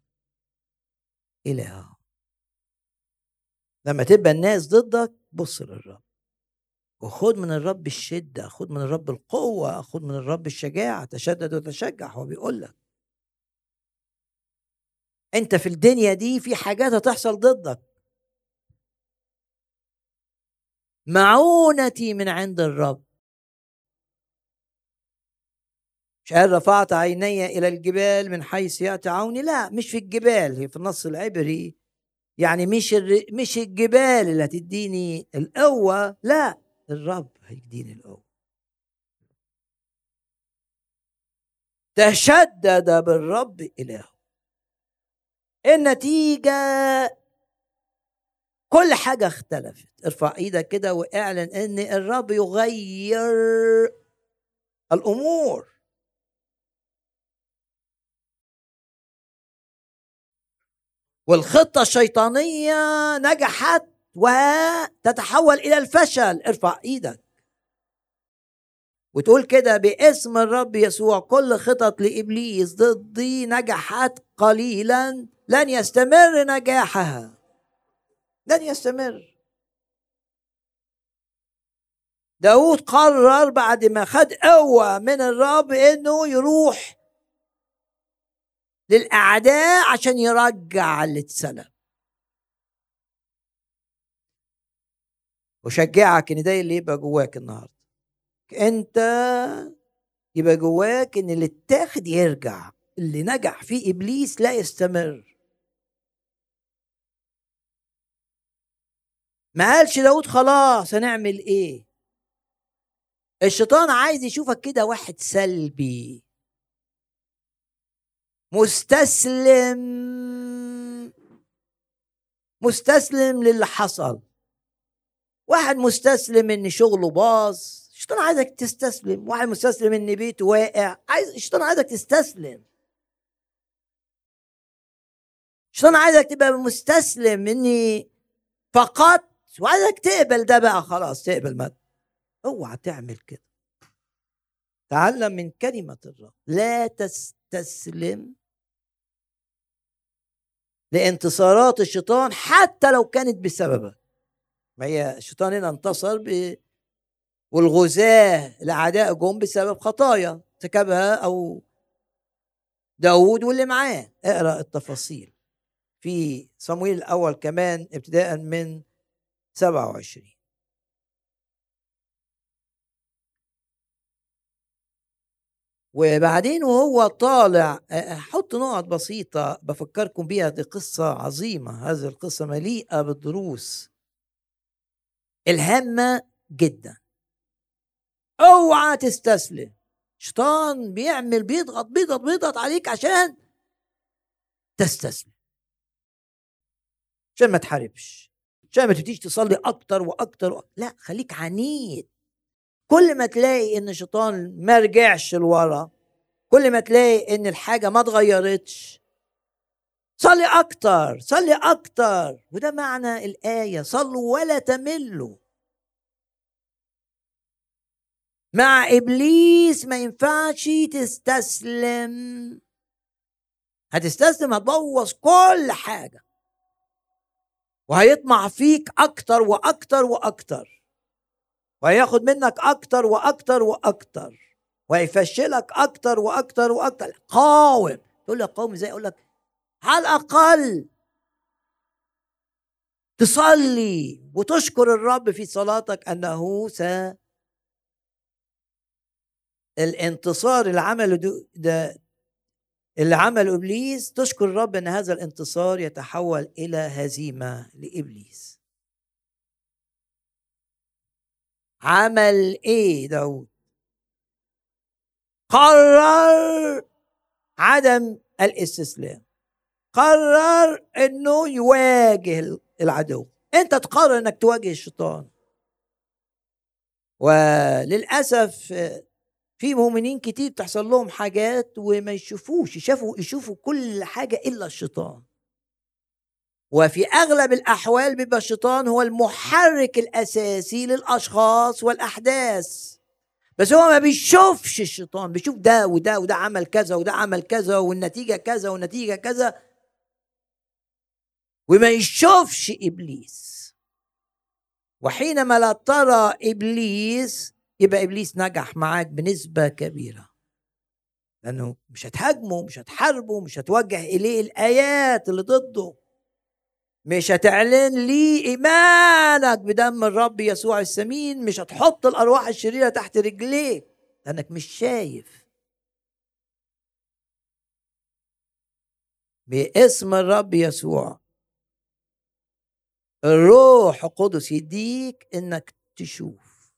إلهه. لما تبقى الناس ضدك بص للرب، وخد من الرب الشدة، خد من الرب القوة، خد من الرب الشجاعة. تشدد وتشجع. هو بيقول لك انت في الدنيا دي في حاجات هتحصل ضدك. معونتي من عند الرب. مش قال رفعت عيني إلى الجبال من حيث يأتي عوني؟ لا، مش في الجبال، هي في النص العبري يعني مش الجبال اللي هتديني القوة، لا، الرب هيديني القوة. تشدد بالرب إلهه. النتيجة كل حاجة اختلفت. ارفع ايدك كده واعلن ان الرب يغير الأمور. والخطة الشيطانية نجحت وتتحول إلى الفشل. ارفع ايدك وتقول كده: باسم الرب يسوع كل خطط لإبليس ضدي نجحت قليلا، لن يستمر نجاحها، لن يستمر. داود قرر بعد ما خد قوة من الرب انه يروح للأعداء عشان يرجع اللي اتسلب. وشجعك ان ده اللي يبقى جواك النهارده. انت يبقى جواك ان اللي اتاخد يرجع. اللي نجح فيه ابليس لا يستمر. ما قالش داود خلاص هنعمل ايه. الشيطان عايز يشوفك كده واحد سلبي مستسلم للي حصل، واحد مستسلم ان شغله باظ، الشيطان عايزك تستسلم. واحد مستسلم ان بيته واقع، الشيطان عايزك تستسلم. الشيطان عايزك تبقى مستسلم اني فقط، وعايزك تقبل ده بقى خلاص، تقبل. ما اوعى تعمل كده. تعلم من كلمة الرب، لا تستسلم لانتصارات الشيطان حتى لو كانت بسببك. ما هي الشيطان هنا انتصر والغزاة الأعداء جم بسبب خطايا ارتكبها أو داود واللي معاه. اقرأ التفاصيل في صموئيل الأول كمان ابتداء من 27. وبعدين وهو طالع، حط نقط بسيطة بفكركم بيها، دي قصة عظيمة. هذه القصة مليئة بالدروس الهامة جدا. اوعى تستسلم. شيطان بيضغط عليك عشان تستسلم، عشان ما تحاربش، عشان ما تبتديش تصلي اكتر واكتر. لا، خليك عنيد. كل ما تلاقي ان الشيطان ما رجعش لورا، كل ما تلاقي ان الحاجة ما اتغيرتش، صلي اكتر صلي اكتر. وده معنى الآية، صلوا ولا تملوا. مع ابليس ما ينفعش تستسلم. هتستسلم هتبوظ كل حاجة، وهيطمع فيك اكتر واكتر واكتر، وهياخد منك اكتر واكتر واكتر، وهيفشلك اكتر واكتر واكتر. قاوم. تقول لك قاوم ازاي؟ اقول لك على الاقل تصلي وتشكر الرب في صلاتك انه الانتصار اللي عمله ده اللي عمله ابليس، تشكر الرب ان هذا الانتصار يتحول الى هزيمه لابليس. عمل ايه داود؟ قرر عدم الاستسلام، قرر انه يواجه العدو. انت تقرر انك تواجه الشيطان. وللاسف في مؤمنين كتير تحصل لهم حاجات وما يشوفوا كل حاجة إلا الشيطان. وفي أغلب الأحوال بيبقى الشيطان هو المحرك الأساسي للأشخاص والأحداث، بس هو ما بيشوفش الشيطان، بيشوف ده وده وده عمل كذا وده عمل كذا والنتيجة كذا والنتيجة كذا، وما يشوفش إبليس. وحينما لا ترى إبليس، يبقى إبليس نجح معاك بنسبة كبيرة، لأنه مش هتهاجمه، مش هتحاربه، مش هتوجه إليه الآيات اللي ضده، مش هتعلن ليه إيمانك بدم الرب يسوع الثمين، مش هتحط الأرواح الشريرة تحت رجليك لأنك مش شايف. باسم الرب يسوع الروح القدس يديك إنك تشوف،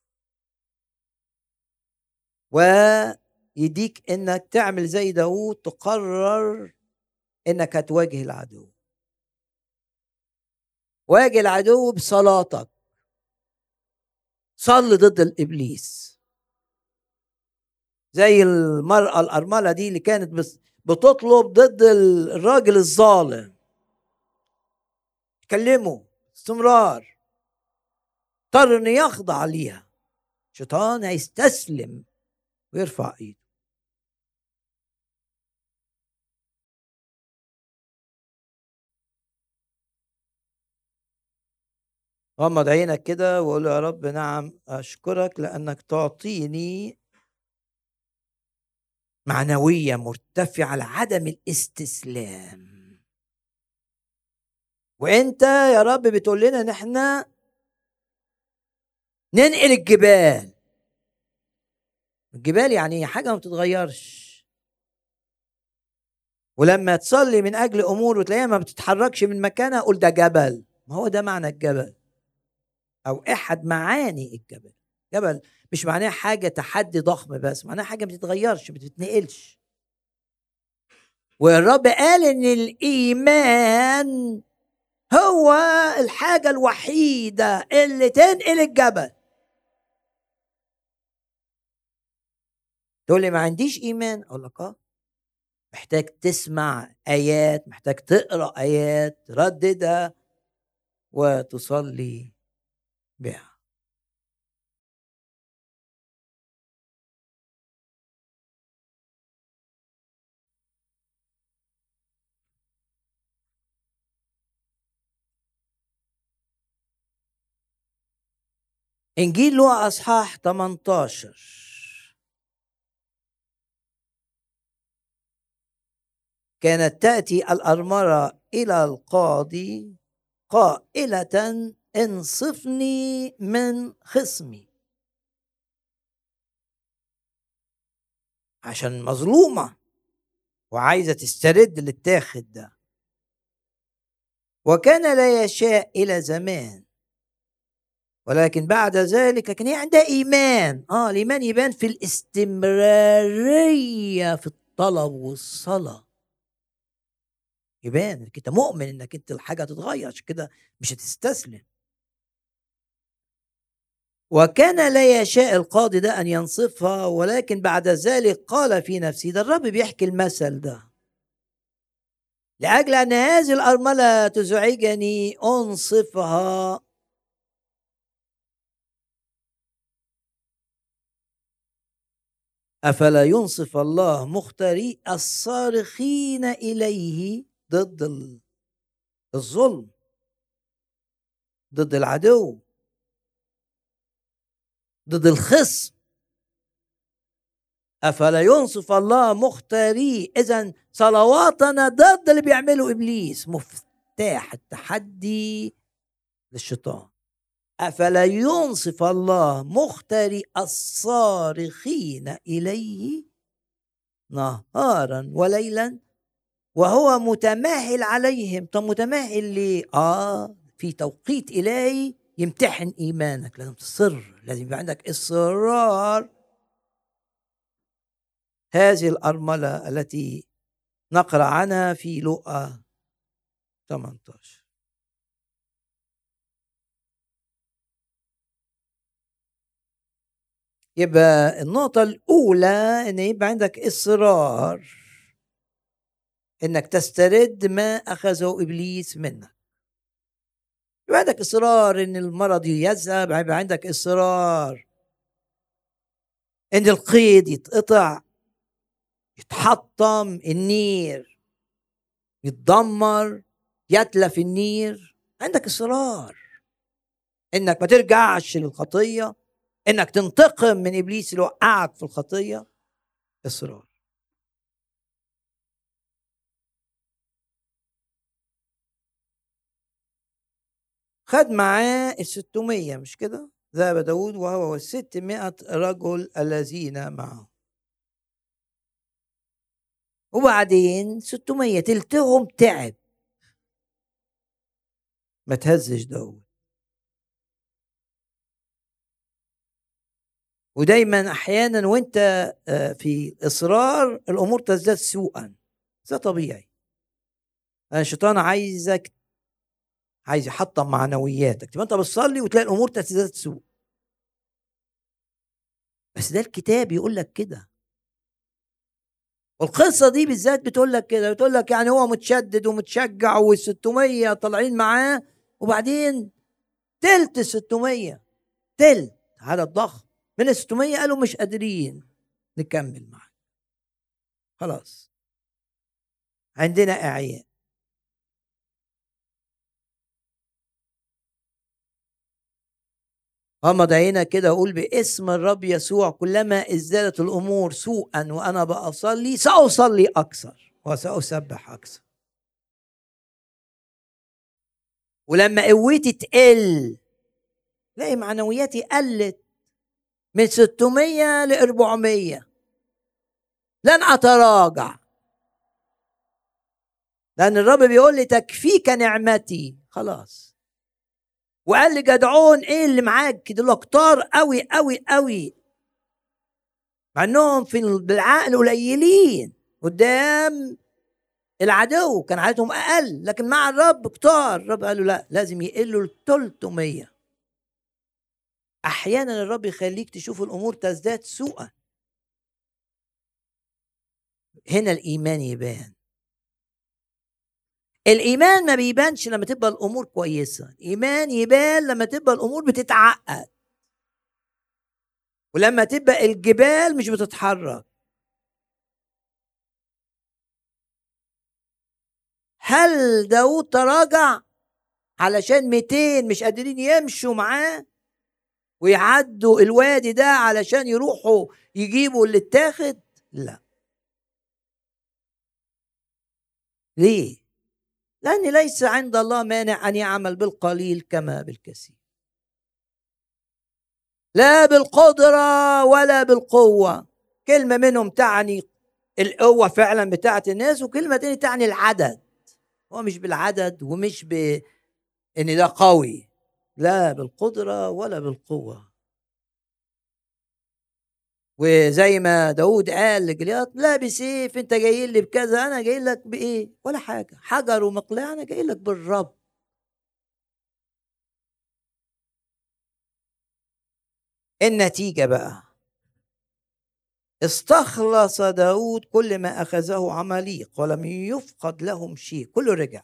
ويديك إنك تعمل زي داود، تقرر إنك هتواجه العدو. واجه العدو بصلاتك، صل ضد الإبليس. زي المرأة الأرملة دي اللي كانت بتطلب ضد الراجل الظالم، كلمه استمرار، اضطر انه يخضع ليها. شيطان هيستسلم ويرفع ايده. غمض عينك كده وقول يا رب نعم اشكرك لانك تعطيني معنوية مرتفعة لعدم الاستسلام. وانت يا رب بتقول لنا ان احنا ننقل الجبال. الجبال يعني حاجة ما بتتغيرش، ولما تصلي من اجل امور وتلاقيها ما بتتحركش من مكانها قول ده جبل. ما هو ده معنى الجبل. او احد معاني الجبل. جبل مش معناه حاجه تحدي ضخم، بس معناه حاجه ما بتتغيرش ما بتتنقلش. والرب قال ان الايمان هو الحاجه الوحيده اللي تنقل الجبل. تقول لي ما عنديش ايمان، اقول لك محتاج تسمع ايات، محتاج تقرا ايات ترددها وتصلي بها. انجيل لوقا اصحاح 18. كانت تاتي الارمله الى القاضي قائله انصفني من خصمي، عشان مظلومه وعايزه تسترد اللي اتاخد ده. وكان لا يشاء الى زمان، ولكن بعد ذلك كان هي عندها ايمان. الايمان يبان في الاستمراريه في الطلب والصلاه. يبان انك انت مؤمن انك انت الحاجه هتتغير، عشان كده مش هتستسلم. وكان لا يشاء القاضي ده ان ينصفها، ولكن بعد ذلك قال في نفسه، ده الرب بيحكي المثل ده، لاجل ان هذه الارمله تزعجني انصفها. افلا ينصف الله مختاري الصارخين اليه ضد الظلم، ضد العدو، ضد الخصم. أفلا ينصف الله مختاريه. إذن صلواتنا ضد اللي بيعمله إبليس مفتاح التحدي للشيطان. أفلا ينصف الله مختاري الصارخين إليه نهارا وليلا وهو متماهل عليهم. طب متماهل ليه؟ في توقيت إلهي يمتحن إيمانك. لازم تصر، لازم يبقى عندك إصرار. هذه الأرملة التي نقرأ عنها في لوقا 18. يبقى النقطة الأولى إن يبقى عندك إصرار إنك تسترد ما أخذه إبليس منك. يبقى عندك إصرار إن المرض يذهب، يبقى عندك إصرار إن القيد يتقطع، يتحطم النير، يتدمر، يتلف النير. عندك إصرار إنك ما ترجعش للخطية، إنك تنتقم من إبليس اللي وقعك في الخطية. إصرار. خد معاه 600 مش كده؟ ذهب داود وهو 600 رجل الذين معه. وبعدين 600 تلتهم تعب، ما تهزش داود. ودايما احيانا وانت في اصرار الامور تزداد سوءا. ده طبيعي. الشيطان عايز يحطم معنوياتك. تبقى انت بتصلي وتلاقي الامور تزداد سوء. بس ده الكتاب يقول لك كده. والقصه دي بالذات بتقول لك كده، بتقول لك يعني هو متشدد ومتشجع وال600 طالعين معاه، وبعدين تلت 600 تلت عدد ضخم من 600 قالوا مش قادرين نكمل معاه، خلاص عندنا اعياء. غمض عينك كده وقول باسم الرب يسوع، كلما ازدادت الامور سوءا وانا بصلي ساصلي اكثر وساسبح اكثر. ولما قوتي تقل تلاقي معنوياتي قلت من 600 ل 400. لن اتراجع، لان الرب بيقول لي تكفيك نعمتي. خلاص. وقال لجدعون ايه اللي معاك دول كتار قوي قوي قوي، مع انهم بالعقل قليلين قدام العدو، كان عددهم اقل، لكن مع الرب كتار. الرب قال له لا، لازم يقلوا ل 300. احيانا الرب يخليك تشوف الامور تزداد سوءا. هنا الايمان يبان. الايمان ما بيبانش لما تبقى الامور كويسه، الايمان يبان لما تبقى الامور بتتعقد، ولما تبقى الجبال مش بتتحرك. هل داود تراجع علشان 200 مش قادرين يمشوا معاه ويعدوا الوادي ده علشان يروحوا يجيبوا اللي اتاخد؟ لا. ليه؟ لأن ليس عند الله مانع أن يعمل بالقليل كما بالكثير، لا بالقدرة ولا بالقوة. كلمة منهم تعني القوة فعلا بتاعت الناس، وكلمة تانية تعني العدد. هو مش بالعدد ومش إن ده قوي، لا بالقدرة ولا بالقوة. وزي ما داود قال لجليات لا بسيف انت جاي لي بكذا، انا جاي لك بايه؟ ولا حاجه، حجر ومقلاع، انا جاي لك بالرب. النتيجه بقى استخلص داود كل ما اخذه عماليق ولم يفقد لهم شيء، كله رجع،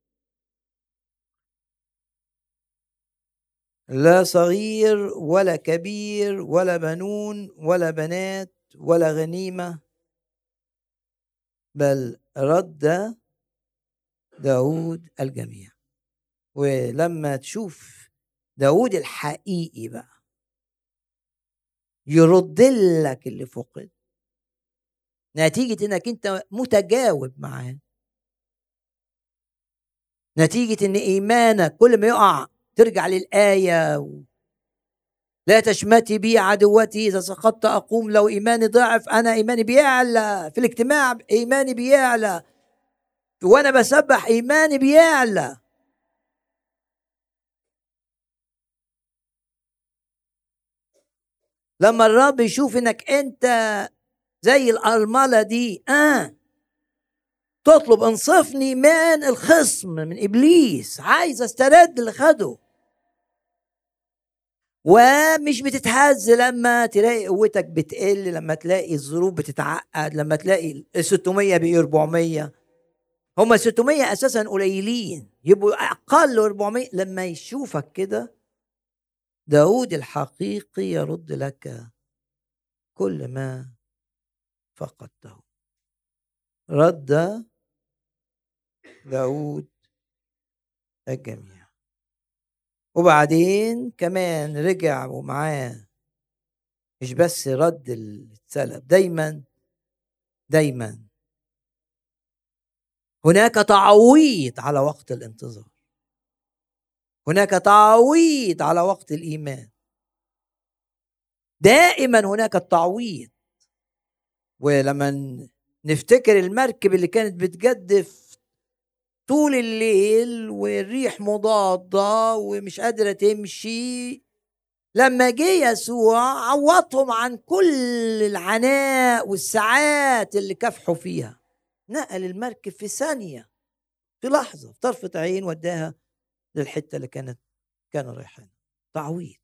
لا صغير ولا كبير ولا بنون ولا بنات ولا غنيمه، بل رد داود الجميع. ولما تشوف داود الحقيقي بقى يرد لك اللي فقد، نتيجة انك انت متجاوب معاه، نتيجة ان ايمانك كل ما يقع ترجع للآية لا تشمتي بي عدوتي إذا سقطت أقوم. لو إيماني ضعف أنا إيماني بيعلى، في الاجتماع إيماني بيعلى، وأنا بسبح إيماني بيعلى. لما الرب يشوف انك انت زي الأرملة دي تطلب انصفني من الخصم من إبليس، عايز استرد اللي خده، ومش بتتهز لما تلاقي قوتك بتقل، لما تلاقي الظروف بتتعقد، لما تلاقي 600 بقوا 400. هم 600 اساسا قليلين، يبقوا اقل 400. لما يشوفك كده داود الحقيقي يرد لك كل ما فقدته. رد داود الجميع. وبعدين كمان رجع ومعاه مش بس رد السلب، دايما هناك تعويض على وقت الانتظار، هناك تعويض على وقت الإيمان، دائما هناك التعويض. ولما نفتكر المركب اللي كانت بتجدف طول الليل والريح مضادة ومش قادرة تمشي، لما جه يسوع عوضهم عن كل العناء والساعات اللي كافحوا فيها، نقل المركب في ثانية، في لحظة، في طرفة عين، وداها للحتة اللي كانوا رايحين. تعويض.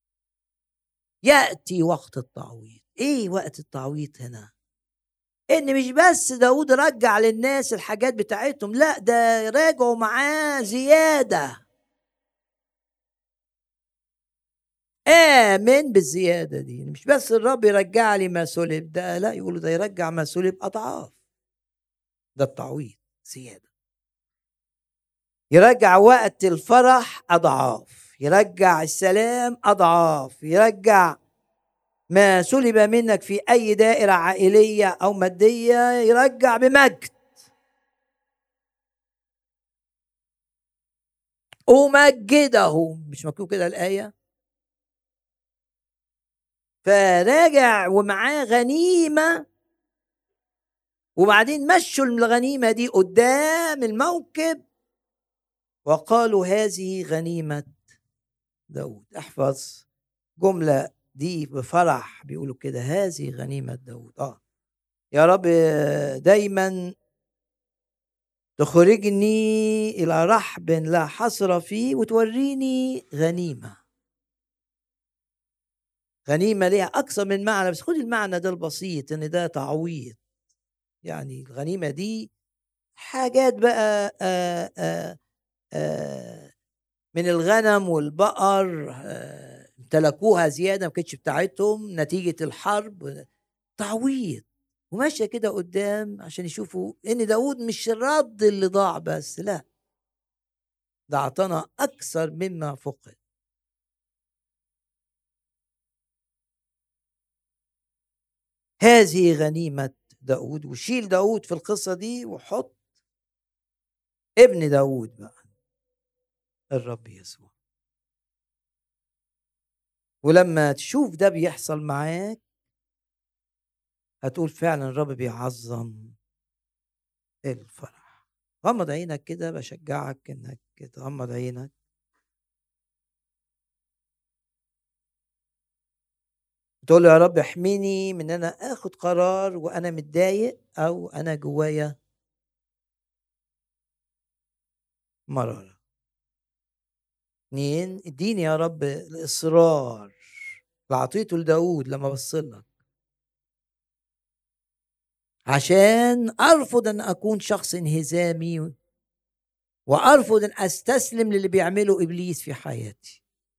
يأتي وقت التعويض. ايه وقت التعويض هنا؟ ان مش بس داود رجع للناس الحاجات بتاعتهم، لا ده راجعوا معاه زيادة. آمن بالزيادة دي. مش بس الرب يرجع لي ما سلب، ده لا، يقولوا ده يرجع ما سلب أضعاف. ده التعويض زيادة. يرجع وقت الفرح أضعاف، يرجع السلام أضعاف، يرجع ما سلب منك في أي دائرة عائلية أو مادية، يرجع بمجد. أمجده، مش مكتوب كده الآية؟ فراجع ومعاه غنيمة، وبعدين مشوا الغنيمة دي قدام الموكب وقالوا هذه غنيمة داود. احفظ جملة دي بفرح، بيقولوا كده: هذه غنيمة داود. يا رب دايما تخرجني إلى رحب لا حصر فيه وتوريني غنيمة. غنيمة ليها أكثر من معنى، بس خد المعنى ده البسيط إن ده تعويض. يعني الغنيمة دي حاجات بقى من الغنم والبقر امتلكوها زيادة ما كانتش بتاعتهم نتيجة الحرب، تعويض. وماشية كده قدام عشان يشوفوا إن داود مش الرد اللي ضاع بس، لا، ده أعطانا أكثر مما فقد. هذه غنيمة داود. وشيل داود في القصة دي وحط ابن داود بقى، الرب يسوع. ولما تشوف ده بيحصل معاك هتقول فعلا الرب بيعظم الفرح. غمض عينك كده، بشجعك انك تغمض عينك. تقول له: يا رب احميني من ان انا اخد قرار وانا متضايق او انا جوايا مرارة. 2، اديني يا رب الاصرار اللي اعطيته لداود لما بصلك، عشان ارفض ان اكون شخص انهزامي وارفض ان استسلم للي بيعمله ابليس في حياتي.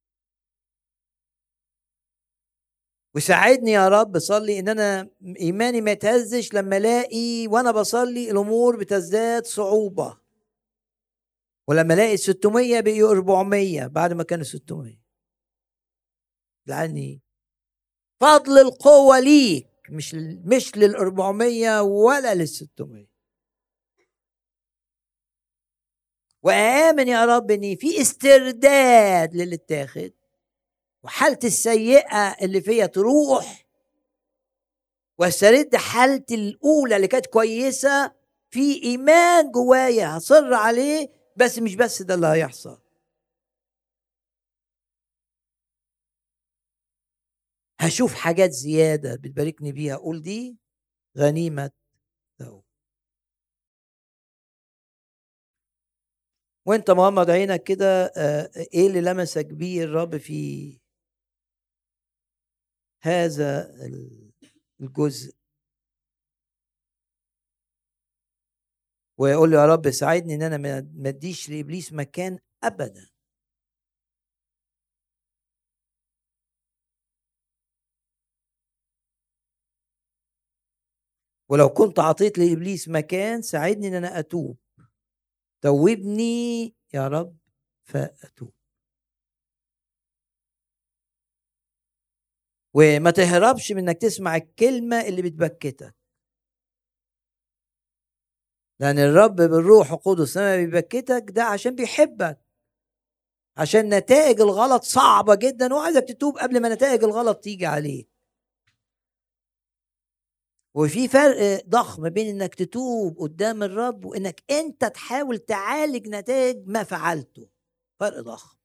وساعدني يا رب، صلي ان انا ايماني ما يتهزش لما الاقي وانا بصلي الامور بتزداد صعوبة، ولما الاقي 600 بقوا 400 بعد ما كانوا 600. لاني فضل القوة ليك، مش لل 400 ولا لل 600. وآمن يا رب ان في استرداد للي اتاخد، وحالتي السيئة اللي فيها تروح، واسترد حالتي الأولى اللي كانت كويسة. في إيمان جوايا هصر عليه، بس مش بس ده اللي هيحصل. هشوف حاجات زيادة بتباركني بيها، أقول دي غنيمة داود. وانت مغمض عينك كده، ايه اللي لمسك بيه الرب في هذا الجزء؟ ويقول له: يا رب ساعدني ان انا ما اديش لابليس مكان ابدا. ولو كنت عطيت لابليس مكان، ساعدني ان انا اتوب. توبني يا رب فاتوب. وما تهربش من انك تسمع الكلمة اللي بتبكتك، لان الرب بالروح القدس لما بيبكتك ده عشان بيحبك، عشان نتائج الغلط صعبة جدا وعايزك تتوب قبل ما نتائج الغلط تيجي عليك. وفي فرق ضخم بين انك تتوب قدام الرب وانك انت تحاول تعالج نتائج ما فعلته. فرق ضخم.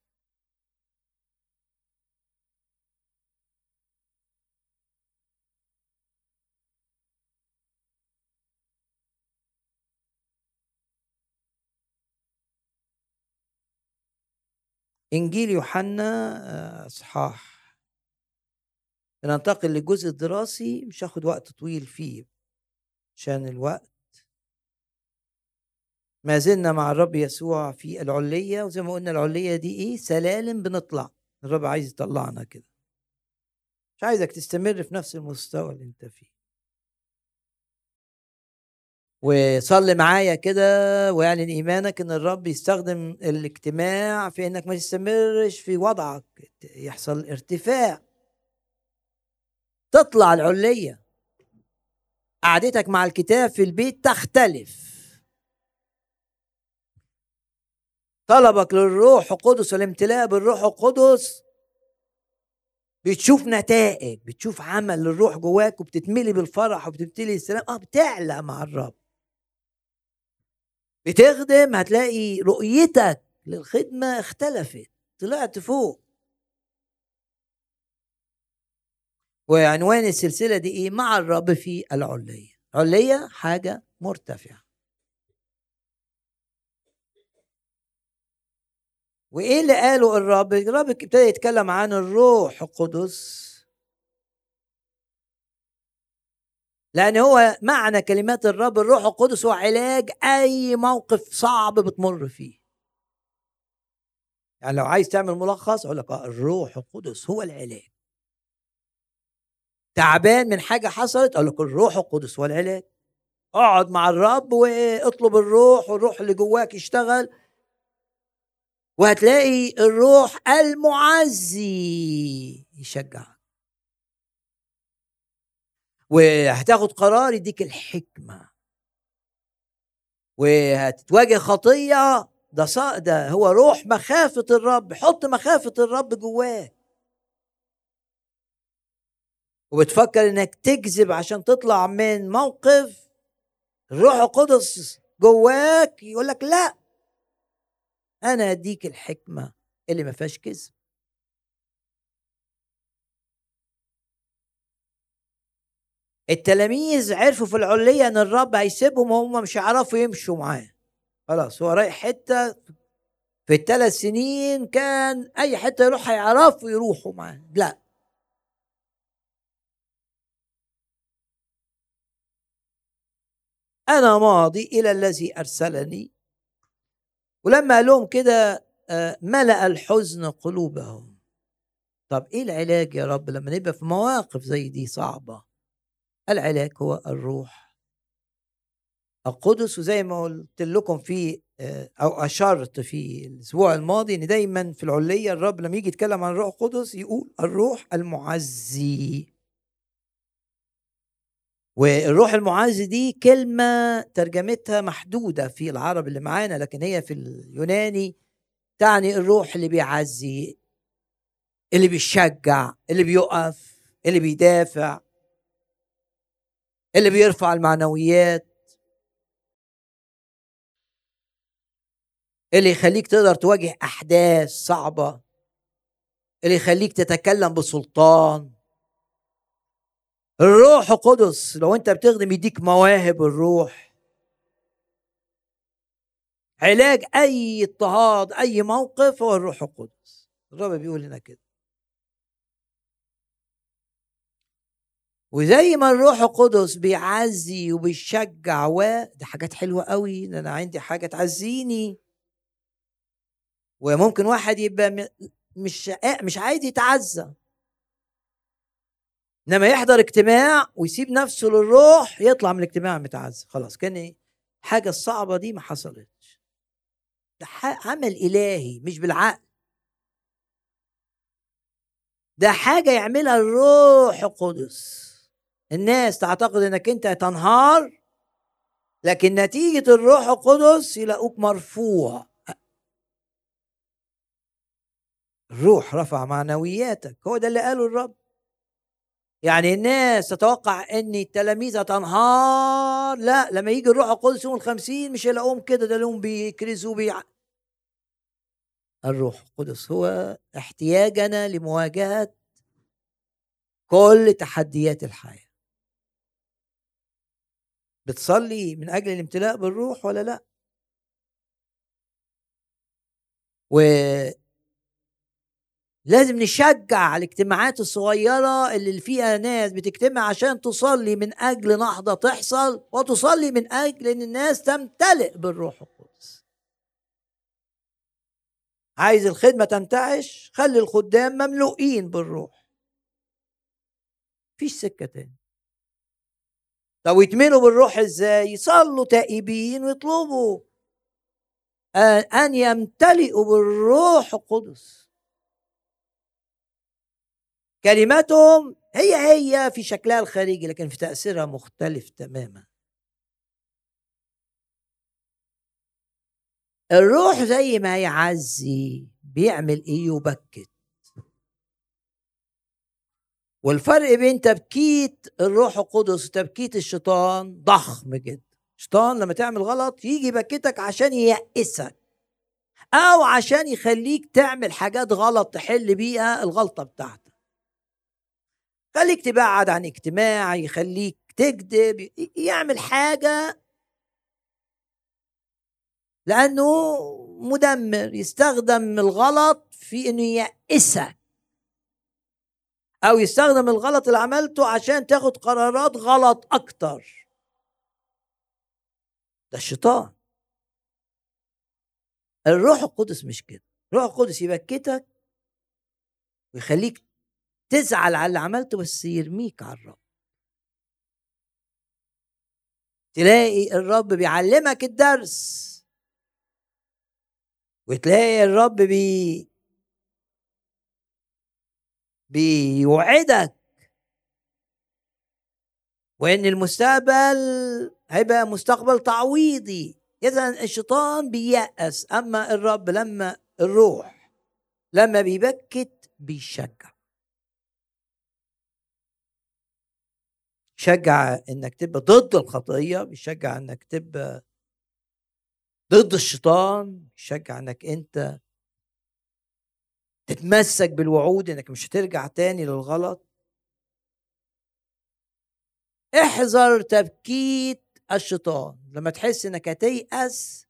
انجيل يوحنا اصحاح، ننتقل للجزء الدراسي، مش هاخد وقت طويل فيه عشان الوقت. ما زلنا مع الرب يسوع في العلية، وزي ما قلنا العلية دي ايه؟ سلالم بنطلع. الرب عايز يطلعنا كده، مش عايزك تستمر في نفس المستوى اللي انت فيه. وصلي معايا كده واعلن ايمانك ان الرب يستخدم الاجتماع في انك ما تستمرش في وضعك، يحصل ارتفاع، تطلع العلية. قعدتك مع الكتاب في البيت تختلف. طلبك للروح القدس والامتلاء بالروح القدس، بتشوف نتائج، بتشوف عمل للروح جواك، وبتتملي بالفرح وبتبتلي السلام. بتعلى مع الرب، بتخدم، هتلاقي رؤيتك للخدمة اختلفت، طلعت فوق. وعنوان السلسلة دي ايه؟ مع الرب في العلية. علية حاجة مرتفعة. وايه اللي قاله الرب ابتدى يتكلم عن الروح القدس، لان هو معنى كلمات الرب الروح القدس هو علاج اي موقف صعب بتمر فيه. يعني لو عايز تعمل ملخص اقول لك الروح القدس هو العلاج. تعبان من حاجه حصلت اقول لك الروح القدس هو العلاج. اقعد مع الرب واطلب الروح، والروح اللي جواك يشتغل، وهتلاقي الروح المعزي يشجعك، وهتاخد قرار يديك الحكمة، وهتتواجه خطية. ده هو روح مخافة الرب. حط مخافة الرب جواك، وبتفكر انك تكذب عشان تطلع من موقف، الروح القدس جواك يقول لك لا، انا اديك الحكمة اللي ما فيهاش كذب. التلاميذ عرفوا في العلية ان الرب هيسيبهم وهم مش هيعرفوا يمشوا معاه. خلاص هو رايح حتة في ال3 سنين كان اي حتة يروح هيعرفوا يروحوا معاه. لا، انا ماضي الى الذي ارسلني. ولما قال لهم كده ملأ الحزن قلوبهم. طب ايه العلاج يا رب لما نبقى في مواقف زي دي صعبة؟ العلاج هو الروح القدس. وزي ما قلت لكم في او اشرت في الاسبوع الماضي ان دايما في العلية الرب لما يجي يتكلم عن الروح القدس يقول الروح المعزي. والروح المعزي دي كلمة ترجمتها محدودة في العرب اللي معانا، لكن هي في اليوناني تعني الروح اللي بيعزي، اللي بيشجع، اللي بيقف، اللي بيدافع، اللي بيرفع المعنويات، اللي يخليك تقدر تواجه أحداث صعبة، اللي يخليك تتكلم بسلطان. الروح القدس لو انت بتخدم يديك مواهب الروح. علاج اي اضطهاد اي موقف هو الروح القدس. الرب بيقول لنا كده. وزي ما الروح القدس بيعزي وبيشجع، دي حاجات حلوة قوي، ان انا عندي حاجة تعزيني. وممكن واحد يبقى مش عايز يتعزى، انما يحضر اجتماع ويسيب نفسه للروح يطلع من الاجتماع متعزى. خلاص كان ايه الحاجة الصعبة دي ما حصلتش. ده عمل إلهي مش بالعقل، ده حاجة يعملها الروح القدس. الناس تعتقد انك انت تنهار، لكن نتيجة الروح القدس يلاقوك مرفوع. الروح رفع معنوياتك، هو ده اللي قاله الرب. يعني الناس تتوقع ان التلاميذ تنهار، لا، لما يجي الروح القدس يوم 50 مش يلاقوهم كده، ده لهم بيكرزوا الروح القدس هو احتياجنا لمواجهة كل تحديات الحياة. بتصلي من أجل الامتلاء بالروح ولا لا؟ ولازم نشجع الاجتماعات الصغيرة اللي فيها ناس بتجتمع عشان تصلي من أجل نهضة تحصل، وتصلي من أجل أن الناس تمتلئ بالروح القدس. عايز الخدمة تنتعش، خلي الخدام مملوئين بالروح، فيش سكة تاني. طب يتملوا بالروح ازاي؟ يصلوا تائبين ويطلبوا أن يمتلئوا بالروح القدس. كلماتهم هي في شكلها الخارجي، لكن في تأثيرها مختلف تماما. الروح زي ما يعزي بيعمل ايه؟ يبكت. والفرق بين تبكيت الروح القدس وتبكيت الشيطان ضخم جدا. الشيطان لما تعمل غلط يجي يبكتك عشان ييأسك، او عشان يخليك تعمل حاجات غلط تحل بيها الغلطة بتاعتك. خليك تبعد عن اجتماع، يخليك تكذب، يعمل حاجة، لأنه مدمر. يستخدم الغلط في أنه ييأسك، أو يستخدم الغلط اللي عملته عشان تاخد قرارات غلط أكتر. ده الشيطان. الروح القدس مش كده. الروح القدس يبكتك ويخليك تزعل على اللي عملته، بس يرميك على الرب. تلاقي الرب بيعلمك الدرس، وتلاقي الرب بيوعدك وان المستقبل هيبقى مستقبل تعويضي. اذا الشيطان بييأس، اما الرب لما الروح لما بيبكت بيشجع. شجع انك تبقى ضد الخطية، بيشجع انك تبقى ضد الشيطان، بيشجع انك انت تتمسك بالوعود انك مش هترجع تاني للغلط. احذر تبكيت الشيطان. لما تحس انك هتيأس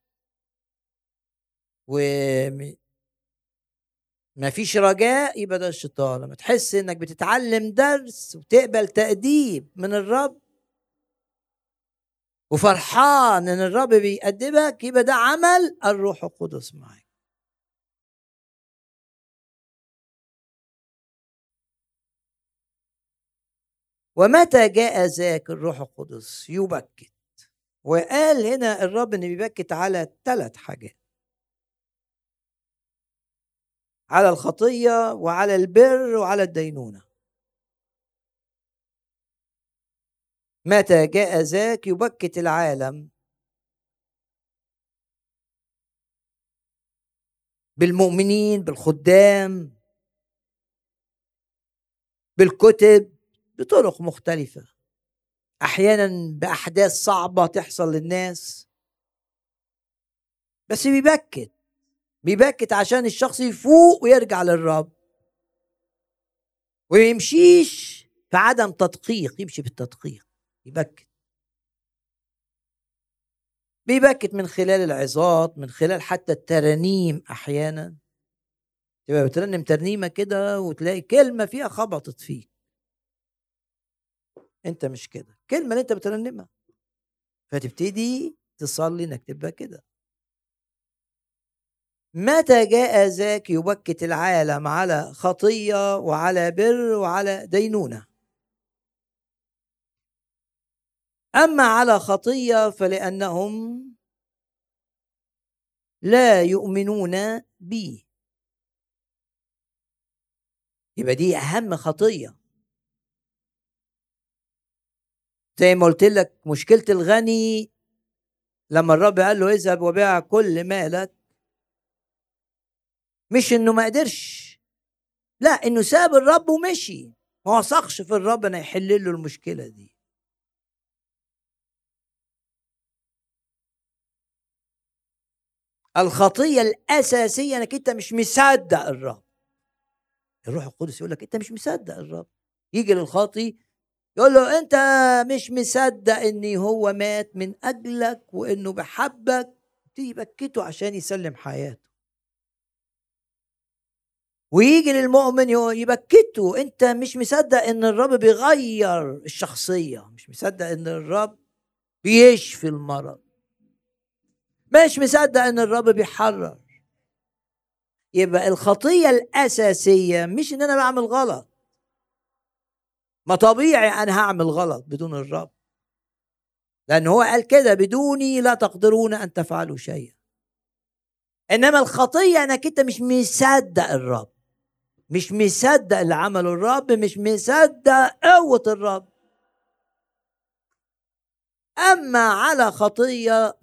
وما فيش رجاء، يبقى ده الشيطان. لما تحس انك بتتعلم درس وتقبل تأديب من الرب وفرحان ان الرب بيأدبك، يبقى ده عمل الروح القدس معك. ومتى جاء ذاك الروح القدس يبكت. وقال هنا الرب ان بيبكت على 3 حاجات: على الخطية وعلى البر وعلى الدينونة. متى جاء ذاك يبكت العالم بالمؤمنين، بالخدام، بالكتب، بطرق مختلفة، أحيانا بأحداث صعبة تحصل للناس، بس بيبكت عشان الشخص يفوق ويرجع للرب ويمشيش في عدم تدقيق، يمشي بالتدقيق. بيبكت من خلال العظات، من خلال حتى الترانيم. أحيانا تبقى بترنم ترنيمة كده وتلاقي كلمة فيها خبطت فيك، انت مش كده الكلمة اللي انت بترنمها، فتبتدي تصلي انك تبقى كده. متى جاء ذاك يبكت العالم على خطية وعلى بر وعلى دينونة. أما على خطية فلأنهم لا يؤمنون بي. يبقى دي أهم خطية. زي ما قلت لك مشكلة الغني لما الرب قال له اذهب وبيع كل مالك، مش انه ما قدرش، لا، انه ساب الرب ومشي، ما وثقش في الرب انه يحل له المشكلة دي. الخطية الأساسية انك انت مش مصدق الرب. الروح القدس يقول لك انت مش مصدق الرب. يجي للخاطي يقول له انت مش مصدق ان هو مات من اجلك وانه بحبك، تبكته عشان يسلم حياته. ويجي للمؤمن يبكته، انت مش مصدق ان الرب بيغير الشخصية، مش مصدق ان الرب بيشفي المرض، مش مصدق ان الرب بيحرر. يبقى الخطية الأساسية مش ان انا بعمل غلط، ما طبيعي انا هعمل غلط بدون الرب، لأن هو قال كده بدوني لا تقدرون أن تفعلوا شيئا. إنما الخطية أنك أنت مش مصدق الرب، مش مصدق اللي عمله الرب، مش مصدق قوة الرب. أما على خطية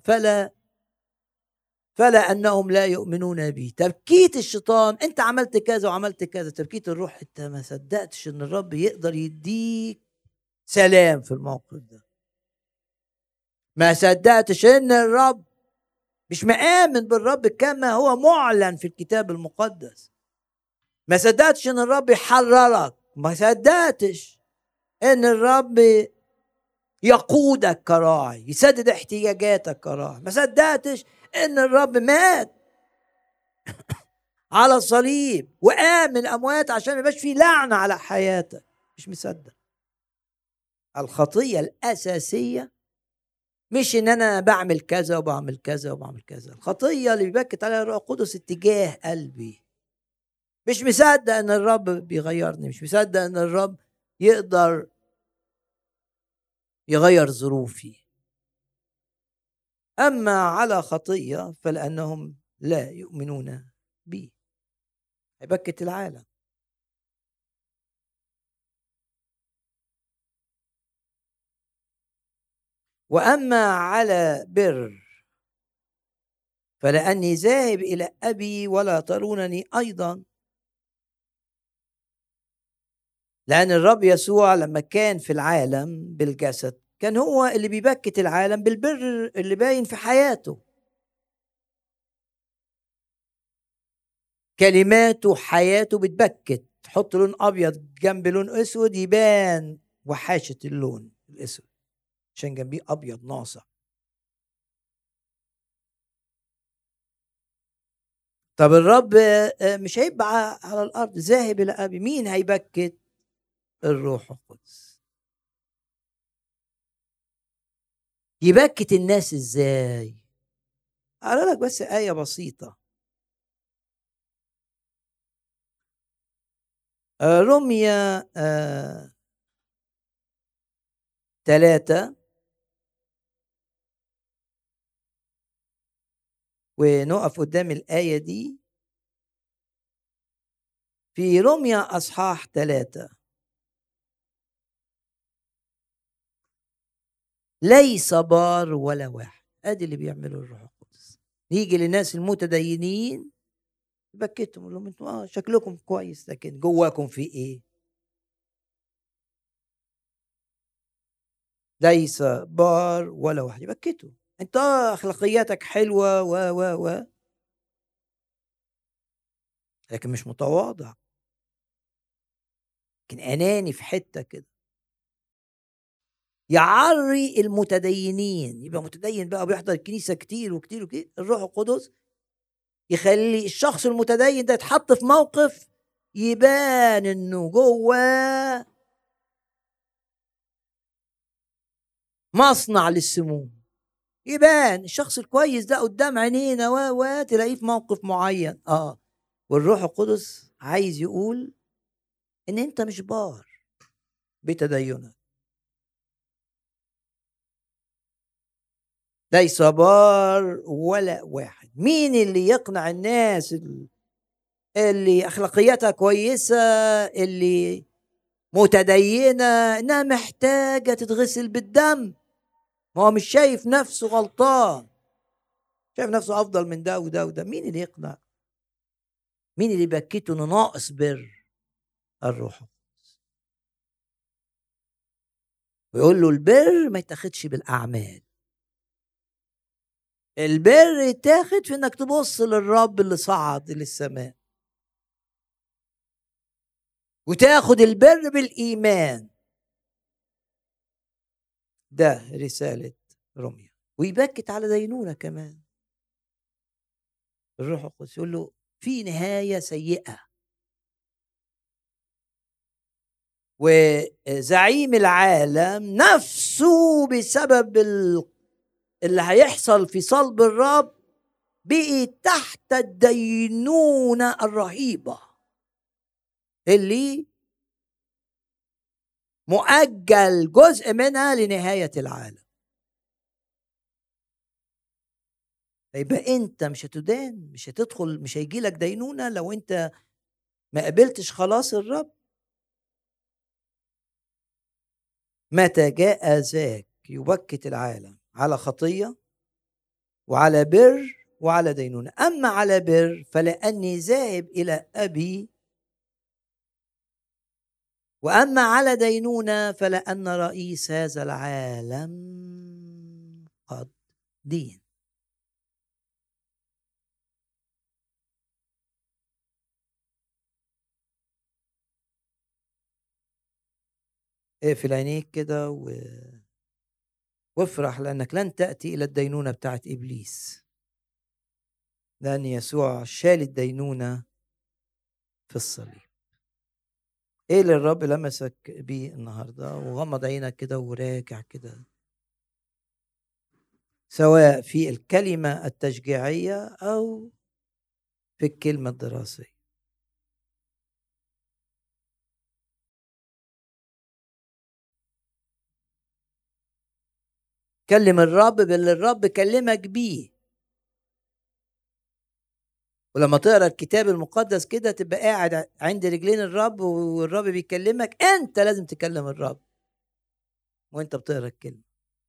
فلا أنهم لا يؤمنون بي. تبكيت الشيطان أنت عملت كذا وعملت كذا، تبكيت الروح أنت ما صدقتش أن الرب يقدر يديك سلام في الموقف ده، ما صدقتش أن الرب، مش مآمن بالرب كما هو معلن في الكتاب المقدس، ما صدقتش ان الرب يحررك، ما صدقتش ان الرب يقودك كراعي، يسدد احتياجاتك كراعي. ما صدقتش ان الرب مات على الصليب وقام من الاموات عشان ما يبقاش فيه لعنه على حياتك، مش مصدق. الخطيه الاساسيه مش ان انا بعمل كذا وبعمل كذا وبعمل كذا، الخطيه اللي بيبكت عليها الروح القدس اتجاه قلبي. مش مصدق ان الرب بيغيرني، مش مصدق ان الرب يقدر يغير ظروفي. اما على خطيه فلانهم لا يؤمنون بي. هيبكت العالم. واما على بر فلاني ذاهب الى ابي ولا ترونني ايضا. لأن الرب يسوع لما كان في العالم بالجسد كان هو اللي بيبكت العالم بالبر اللي باين في حياته. كلماته حياته بتبكت. حط لون أبيض جنب لون أسود يبان وحاشة اللون الأسود عشان جنبيه أبيض ناصع. طب الرب مش هيبقى على الأرض، ذاهب إلى أبي. مين هيبكت؟ الروح القدس. يبكت الناس إزاي؟ أقرأ لك بس آية بسيطة. رمية 3 ونقف قدام الآية دي في رمية أصحاح 3. ليس بار ولا واحد. ادي اللي بيعمله الروح القدس. يجي للناس المتدينين يبكتهم، يقول لهم انتوا شكلكم كويس لكن جواكم في ايه؟ ليس بار ولا واحد. يبكتوا. انت اخلاقياتك حلوه و لكن مش متواضع، لكن اناني في حته كده. يعري المتدينين. يبقى متدين بقى وبيحضر الكنيسه كتير وكتير وكتير. الروح القدس يخلي الشخص المتدين ده يتحط في موقف يبان انه جواه مصنع للسموم. يبان الشخص الكويس ده قدام عينينا تلاقيه في موقف معين. والروح القدس عايز يقول ان انت مش بار بتدينك. ليس بار ولا واحد. مين اللي يقنع الناس اللي اخلاقياتها كويسه، اللي متدينه، انها محتاجه تتغسل بالدم؟ ما هو مش شايف نفسه غلطان، شايف نفسه افضل من ده وده وده. مين اللي يقنع؟ مين اللي يبكته انه ناقص بر؟ الروح. ويقول له البر ما يتاخدش بالاعمال. البر يتاخد في انك تبص للرب اللي صعد للسماء وتاخد البر بالايمان. ده رساله رمية. ويبكت على دينونة كمان. الروح القدس يقول له في نهايه سيئه. وزعيم العالم نفسه بسبب اللي هيحصل في صلب الرب بقي تحت الدينونة الرهيبة اللي مؤجل جزء منها لنهاية العالم. يبقى انت مش هتدان، مش هتدخل، مش هيجي لك دينونة لو انت ما قبلتش خلاص الرب. متى جاء ذاك يبكت العالم على خطية وعلى بر وعلى دينونة. أما على بر فلأني ذاهب إلى أبي، وأما على دينونة فلأن رئيس هذا العالم قد دين. اقفل عينيك كده وافرح، لأنك لن تأتي إلى الدينونة بتاعت إبليس، لأن يسوع شال الدينونة في الصليب. ايه اللي الرب لمسك بيه النهارده؟ وغمض عينك كده وراجع كده، سواء في الكلمة التشجيعية أو في الكلمة الدراسية. كلم الرب باللي الرب كلمك بيه. ولما تقرا الكتاب المقدس كده تبقى قاعد عند رجلين الرب والرب بيكلمك، انت لازم تكلم الرب وانت بتقرا الكلمه.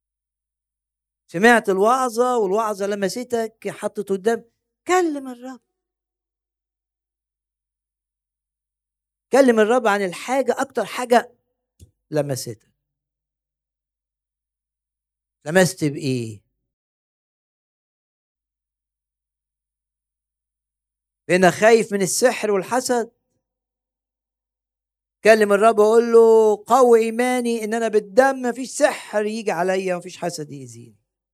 سمعت الوعظه والوعظه لمستك، حطت قدام، كلم الرب. كلم الرب عن الحاجه، اكتر حاجه لمستك. لمست بايه؟ انا خايف من السحر والحسد. كلم الرب وقول له قوي ايماني ان انا بالدم مفيش سحر يجي عليا ومفيش حسد يأذيني.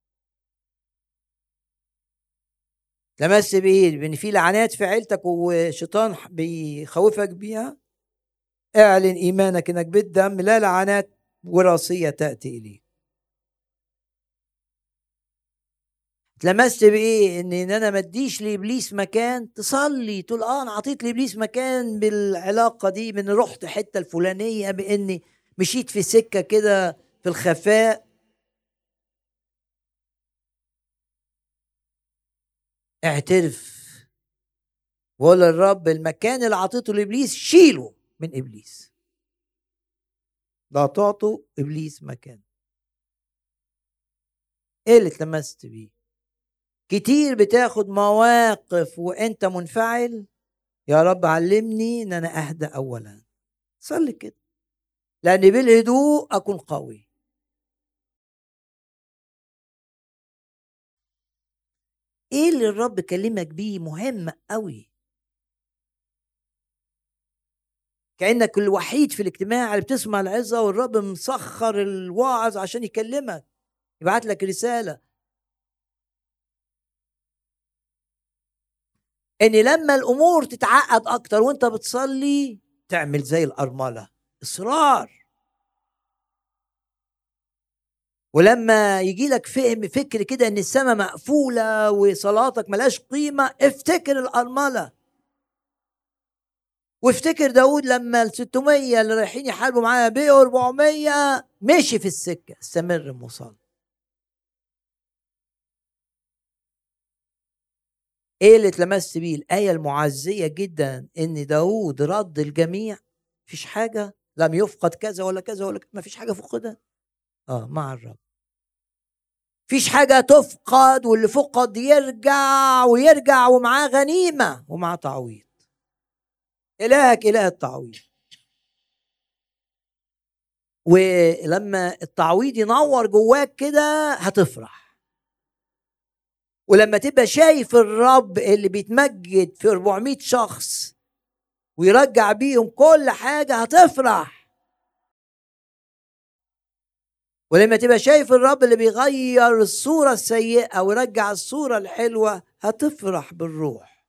لمست بايه؟ بان في لعنات في عيلتك وشيطان بيخوفك بيها، اعلن ايمانك انك بالدم لا لعنات وراثيه تاتي اليك. لمست بايه؟ ان انا ما اديش لابليس مكان. تصلي تقول انا عطيت لابليس مكان بالعلاقه دي، من رحت حته الفلانيه، باني مشيت في سكه كده في الخفاء. اعترف وقول للرب المكان اللي عطيته لابليس شيله من ابليس، لا تعطوا ابليس مكان. ايه اللي اتلمست بيه؟ كتير بتاخد مواقف وانت منفعل، يا رب علمني ان انا اهدى اولا. صلي كده، لان بالهدوء اكون قوي. ايه اللي الرب كلمك بيه مهم قوي. كانك الوحيد في الاجتماع اللي بتسمع العظه، والرب مسخر الواعظ عشان يكلمك، يبعت لك رساله. ان لما الامور تتعقد اكتر وانت بتصلي، تعمل زي الارمله، اصرار. ولما يجي لك فكر كده ان السماء مقفوله وصلاتك ملاش قيمه، افتكر الارمله. وافتكر داود لما ال 600 اللي رايحين يحاربوا معاه بقوا 400، مشي في السكه، استمر مصلي. ايه اللي اتلمست بيه؟ الايه المعزيه جدا ان داود رد الجميع. مفيش حاجه، لم يفقد كذا ولا كذا ولا كذا، مفيش حاجه فقدها مع الرب. مفيش حاجه تفقد، واللي فقد يرجع ويرجع ومعاه غنيمه ومعاه تعويض. الهك اله التعويض. ولما التعويض ينور جواك كده هتفرح. ولما تبقى شايف الرب اللي بيتمجد في 400 شخص ويرجع بيهم كل حاجة هتفرح. ولما تبقى شايف الرب اللي بيغير الصورة السيئة ويرجع الصورة الحلوة هتفرح بالروح.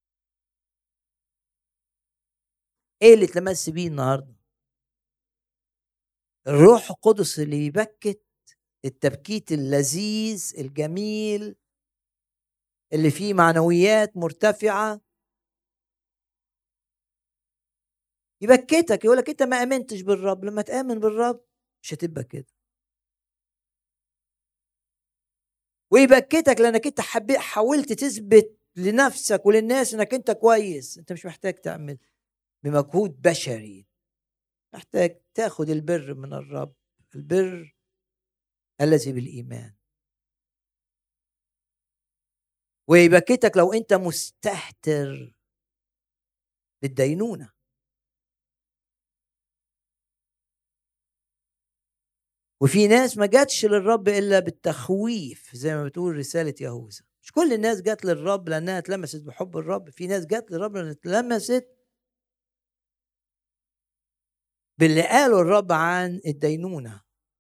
ايه اللي تلمس بيه النهاردة؟ الروح القدس اللي يبكت، التبكيت اللذيذ الجميل اللي فيه معنويات مرتفعة، يبكتك، يقولك انت ما امنتش بالرب. لما تآمن بالرب مش هتبقى كده. ويبكتك لانك انت حاولت تثبت لنفسك وللناس انك انت كويس. انت مش محتاج تعمل بمجهود بشري، محتاج تاخد البر من الرب، البر الذي بالايمان. ويبكتك لو انت مستهتر بالدينونه. وفي ناس ما جاتش للرب الا بالتخويف، زي ما بتقول رساله يهوذا. مش كل الناس جات للرب لانها اتلمست بحب الرب. في ناس جات للرب لانها اتلمست باللي قاله الرب عن الدينونة،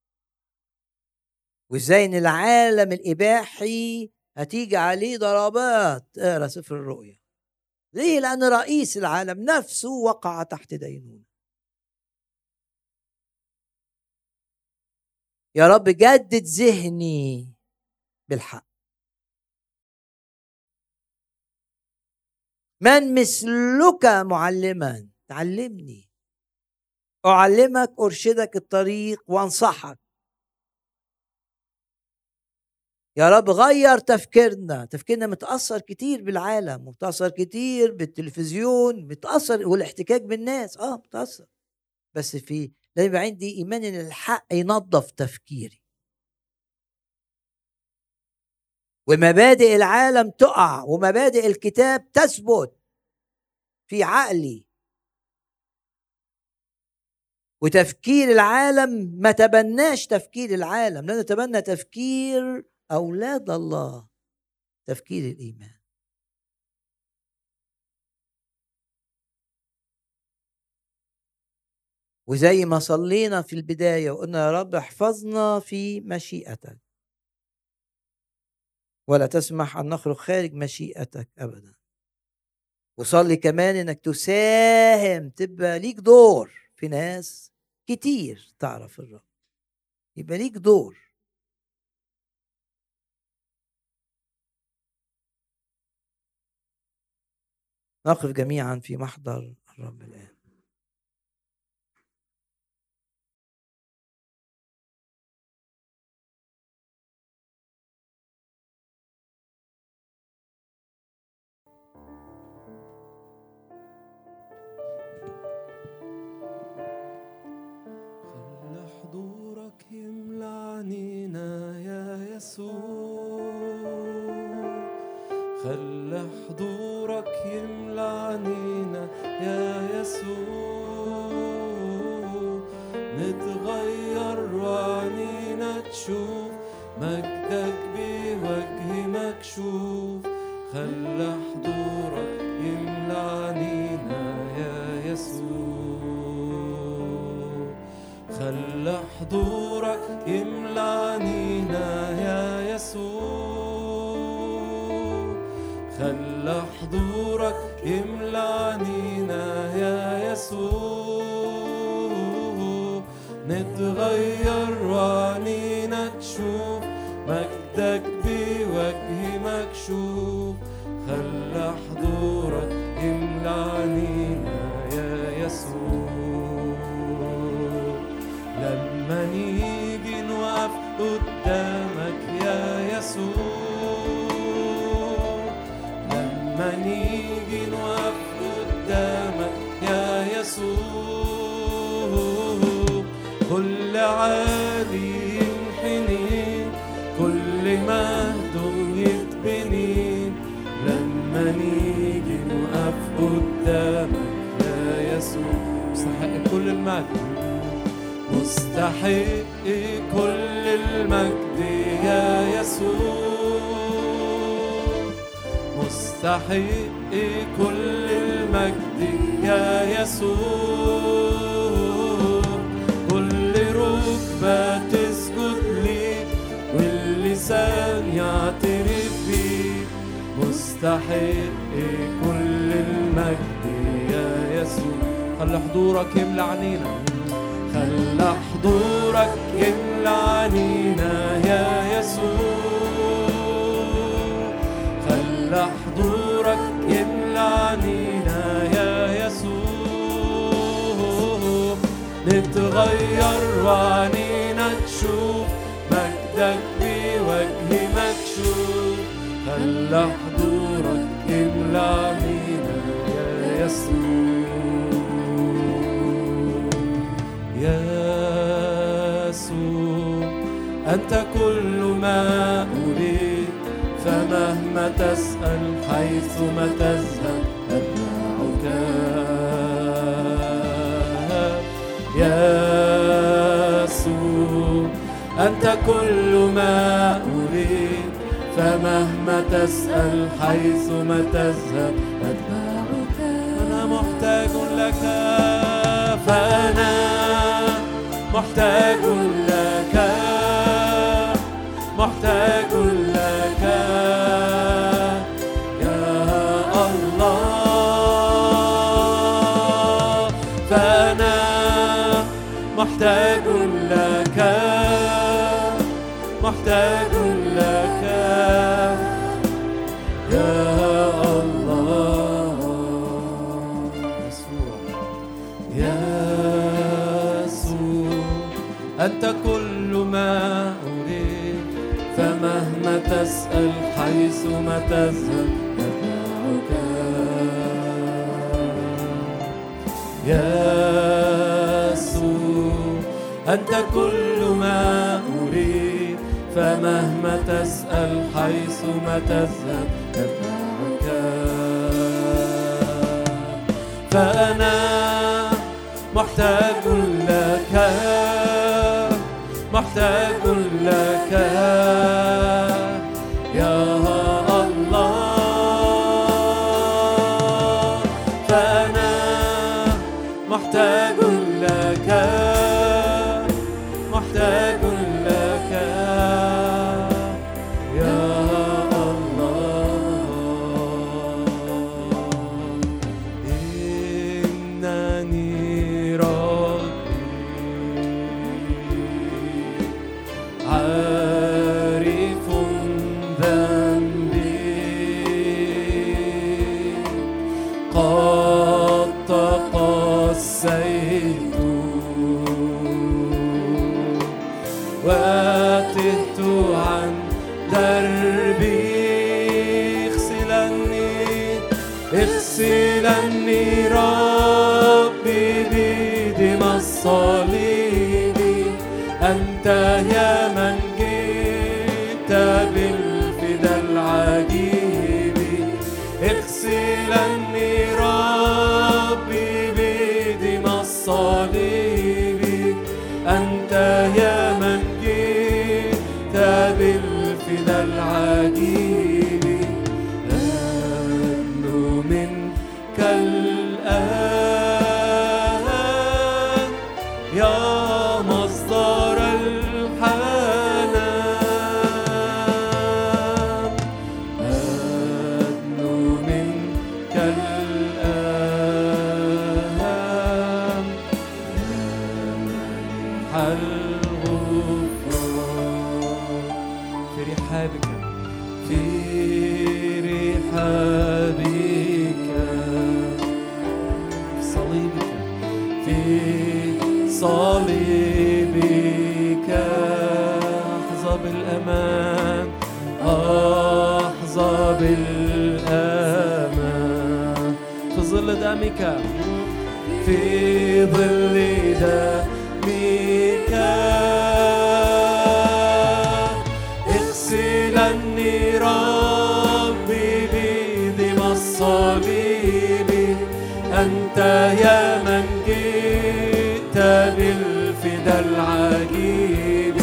وازاي ان العالم الإباحي هتيجي عليه ضربات. اقرا سفر الرؤيا. ليه؟ لأن رئيس العالم نفسه وقع تحت دينونة. يا رب جدد ذهني بالحق. من مثلك معلما، تعلمني، أعلمك، أرشدك الطريق وأنصحك. يا رب غير تفكيرنا متأثر كتير بالعالم، ومتأثر كتير بالتلفزيون، متأثر والاحتكاك بالناس متأثر، بس لازم يبقى عندي إيمان إن الحق ينظف تفكيري، ومبادئ العالم تقع ومبادئ الكتاب تثبت في عقلي، وتفكير العالم ما تبناش تفكير العالم، لا نتبنى تفكير أولاد الله، تفكير الإيمان. وزي ما صلينا في البداية وقلنا يا رب احفظنا في مشيئتك، ولا تسمح أن نخرج خارج مشيئتك أبدا. وصلي كمان إنك تساهم، تبقى ليك دور في ناس كتير تعرف الرب، يبقى ليك دور. نقف جميعا في محضر الرب الآن. خلي حضورك يملى عنينا يا يسوع، خلي حضورك يملى عنينا يا يسوع، نتغير وعنينا تشوف مجدك بوجه مكشوف. خلي حضورك يملى عنينا يا يسوع، خلي حضورك يملى عنينا يا يسوع، خلي حضورك يملى عنينا يا يسوع، نتغير وعنينا تشوف مجدك بوجه مكشوف. خلي حضورك يملى عنينا يا يسوع، لما نيجي نوقف قدامك يا يسوع، لما نيجي نوقف قدامك يا يسوع، كل عالي ينحني، كل مهدوم يتبني. لما نيجي نوقف قدامك يا يسوع، مستحق كل المجد، مستحق كل المجد يا يسوع، مستحق كل المجد يا يسوع. كل ركبة تسجد ليك واللسان يعترف بيك، مستحق كل المجد يا يسوع. خلي حضورك يملى عنينا، خلي حضورك يملى عنينا يا يسوع، خلي حضورك يملى عنينا يا يسوع، نتغير وعنينا تشوف مجدك بوجه مكشوف. خلي حضورك يملى عنينا يا يسوع، يسوع أنت كل ما أريد، فمهما تسأل حيثما تذهب أتبعك. يسوع أنت كل ما أريد، فمهما تسأل حيثما تذهب أتبعك. أنا محتاج لك، فأنا محتاج لك محتاج لك يا الله فأنا محتاج لك محتاج لك يا الله يسوع يسوع أنت كل ما أريد فمهما تسأل حيثما تذهب أتبعك يسوع أنت كل ما أريد فمهما تسأل حيثما تذهب أتبعك فأنا محتاج لك محتاج لك يا الله فأنا محتاج لك محتاج لك يا الله إنني ربي عارف ذنبي قد تقصيت وتهت عن دربي اغسلني ربي بدم الصليب أنت يا من جئت بالفداء العجيب اغسلني ربي بدم الصليب أنت يا من جئت بالفداء العجيب أدنو منك الآن يا مصدر الحنان أدنو منك الآن يا الغفران في رحابك في رحابك في صليبك في صليبك أحظى بالأمان أحظى بالأمان في ظل دمك في ظل دمك اغسلني ربي بدم الصليب أنت يا من جئت بالفداء العجيب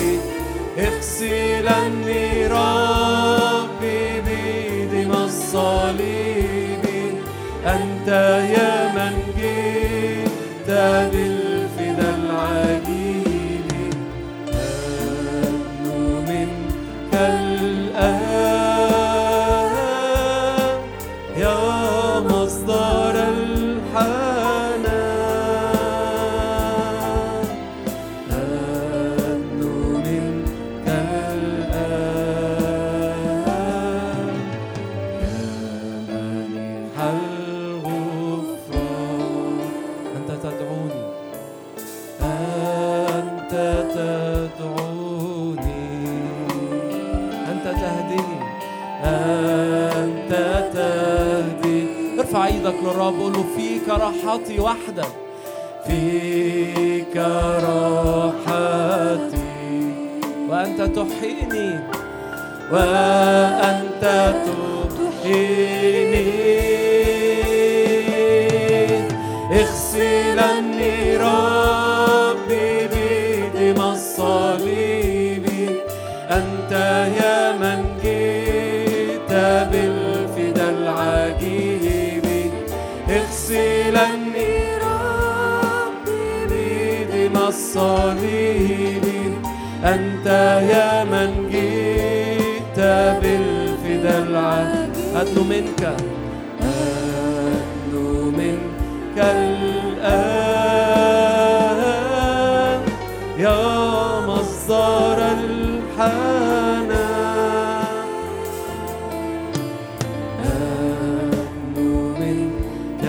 اغسلني ربي بدم الصليب أنت يا من جئت بالفداء العجيب أدنو منك الآن يا مصدر الحنان أدنو منك الآن يا منيح الغفران أنت تدعوني أنت تدعوني أنت تهديني أنت تهدي ارفع ايدك للرب قول له فيك راحتي وحدك فيك راحتي وأنت تحييني وأنت تحييني اغسلني ربي بدم الصليب أنت يا من جئت بالفداء العجيب اغسلني ربي بدم الصليب الصليب أنت يا من جئت بالفداء العظيم. أدنو منك الآن يا مصدر الحنان، أدنو منك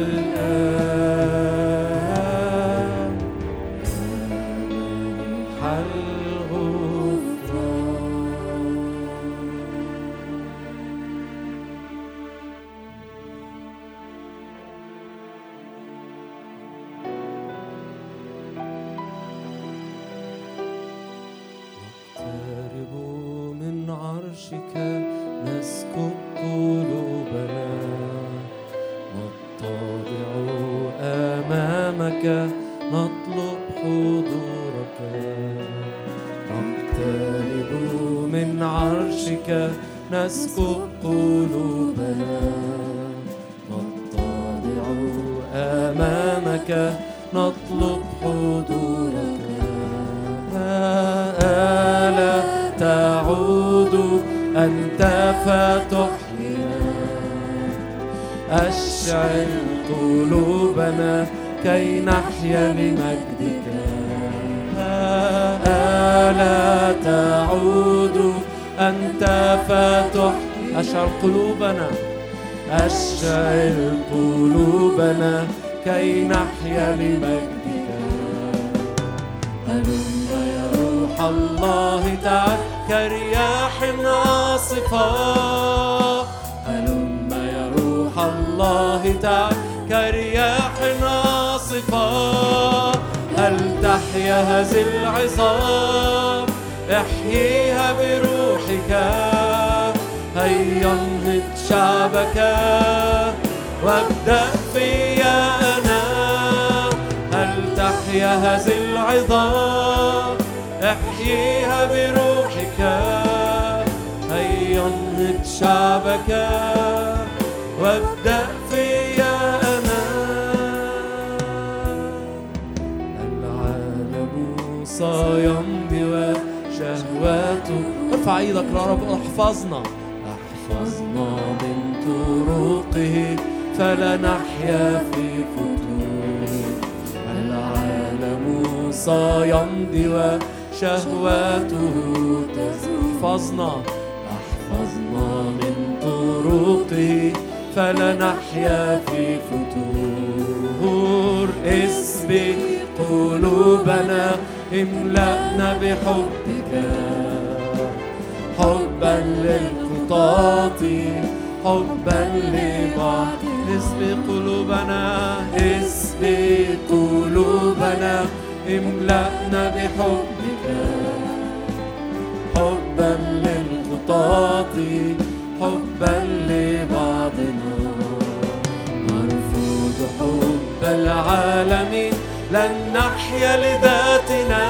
الآن حل نسكب قلوبنا نتضع أمامك نطلب حضورك، نقترب من عرشك نسكب قلوبنا نتضع أمامك نطلب حضورك. ألا تعود أنت فتحيينا، أشعل قلوبنا كي نحيا لمجدك. ألا تعود أنت فتحيي، أشعل قلوبنا، أشعل قلوبنا كي نحيا لمجدك. هلم يا روح الله تعال كرياح عاصفة، هلم يا روح الله تعال كرياح عاصفة. هل تحيا هذه العظام؟ احييها بروحك. هيا انهض شعبك وابدأ فيا أنا. هل تحيا هذه العظام؟ احييها بروحك. هيا انهض شعبك وابدأ فيا أنا. العالم سيمضي وشهواته. ارفع ايدك يا رب. احفظنا من طرقه فلا نحيا في فتور. العالم سيمضي وشهواته تحفظنا من طرقه فلا نحيا في فتور. اسبق قلوبنا املأنا بحبك، حبا للخطاة حبا لبعض. اسبق قلوبنا، اسبق قلوبنا املأنا بحبك، حبا للخطاة حبا لبعضنا. نرفض حب العالم لن نحيا لذاتنا،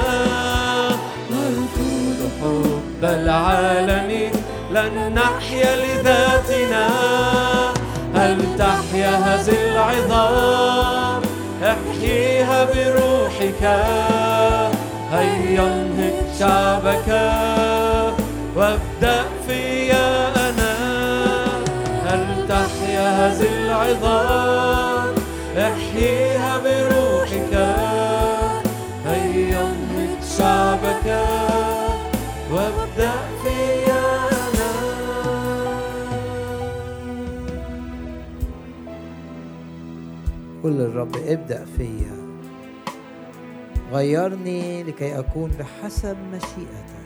نرفض حب العالم لن نحيا لذاتنا. هل تحيا هذه العظام؟ احييها بروحك. هيا انهض شعبك وابدأ فيا أنا. هل تحيا هذه العظام؟ احييها بروحك. هيا انهض شعبك وابدأ فيا أنا. قل للرب ابدأ فيا، غيرني لكي أكون بحسب مشيئتك.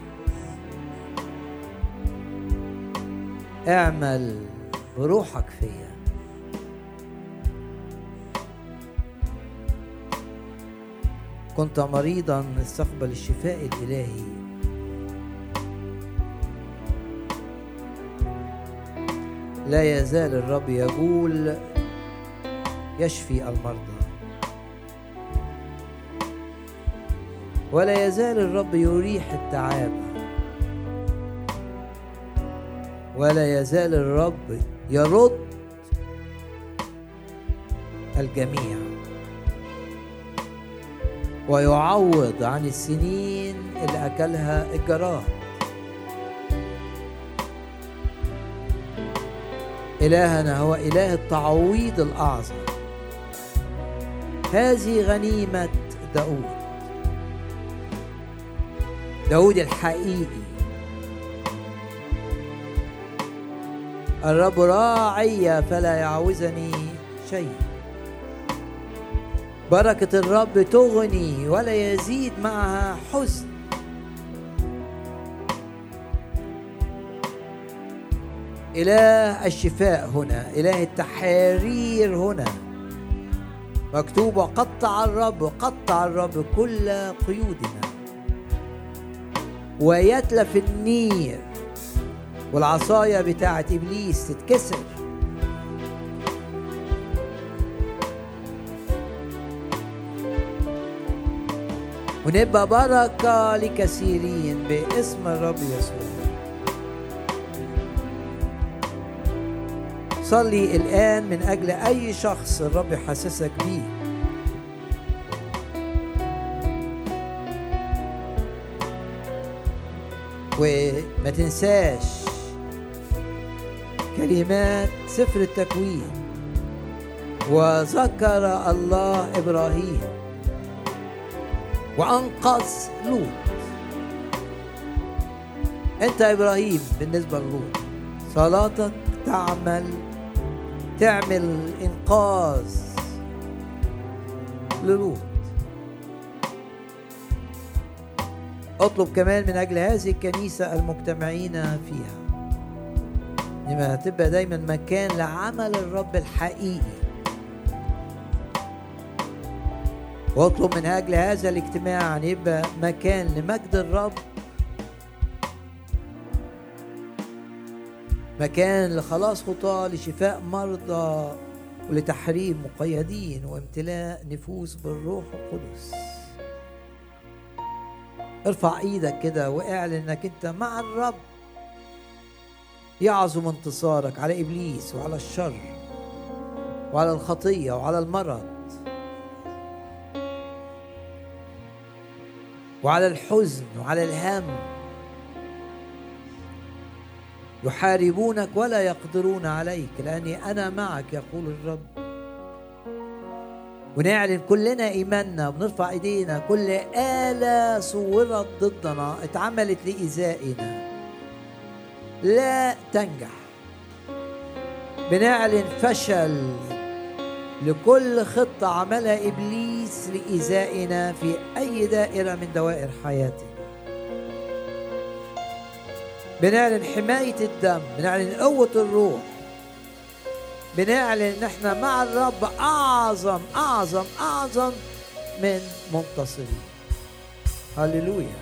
اعمل بروحك فيا. كنت مريضا استقبل الشفاء الإلهي. لا يزال الرب يقول يشفي المرضى، ولا يزال الرب يريح التعابة، ولا يزال الرب يرد ويعوض عن السنين اللي أكلها الجراد. إلهنا هو إله التعويض الأعظم. هذه غنيمة داود الحقيقي. الرب راعي فلا يعوزني شيء. بركة الرب تغني ولا يزيد معها حزن. إله الشفاء هنا، إله التحرير هنا. مكتوب وقطع الرب كل قيودنا ويتلف النير، والعصاية بتاعت إبليس تتكسر. ونبقى بركة لكثيرين باسم الرب يسوع. صلي الآن من أجل أي شخص الرب يحسسك بيه. وما تنساش كلمات سفر التكوين، وذكر الله إبراهيم وأنقذ لوط. أنت إبراهيم بالنسبة للوط. صلاتك تعمل إنقاذ للوط. اطلب كمان من أجل هذه الكنيسة المجتمعين فيها، لما تبقى دايما مكان لعمل الرب الحقيقي. واطلب من أجل هذا الاجتماع أن يبقى مكان لمجد الرب، مكان لخلاص خطاة، لشفاء مرضى، ولتحرير مقيدين، وامتلاء نفوس بالروح القدس. ارفع ايدك كده واعلن انك انت مع الرب. يعظم انتصارك على ابليس وعلى الشر وعلى الخطية وعلى المرض وعلى الحزن وعلى الهم. يحاربونك ولا يقدرون عليك لأني أنا معك يقول الرب. ونعلن كلنا إيماننا ونرفع إيدينا. كل آلة صورت ضدنا اتعملت لإيذائنا لا تنجح. بنعلن فشل لكل خطة عملها إبليس لإيذائنا في أي دائرة من دوائر حياتنا. بنعلن حماية الدم، بنعلن قوة الروح، بنعلن ان احنا مع الرب اعظم اعظم اعظم من منتصرين. هللويا.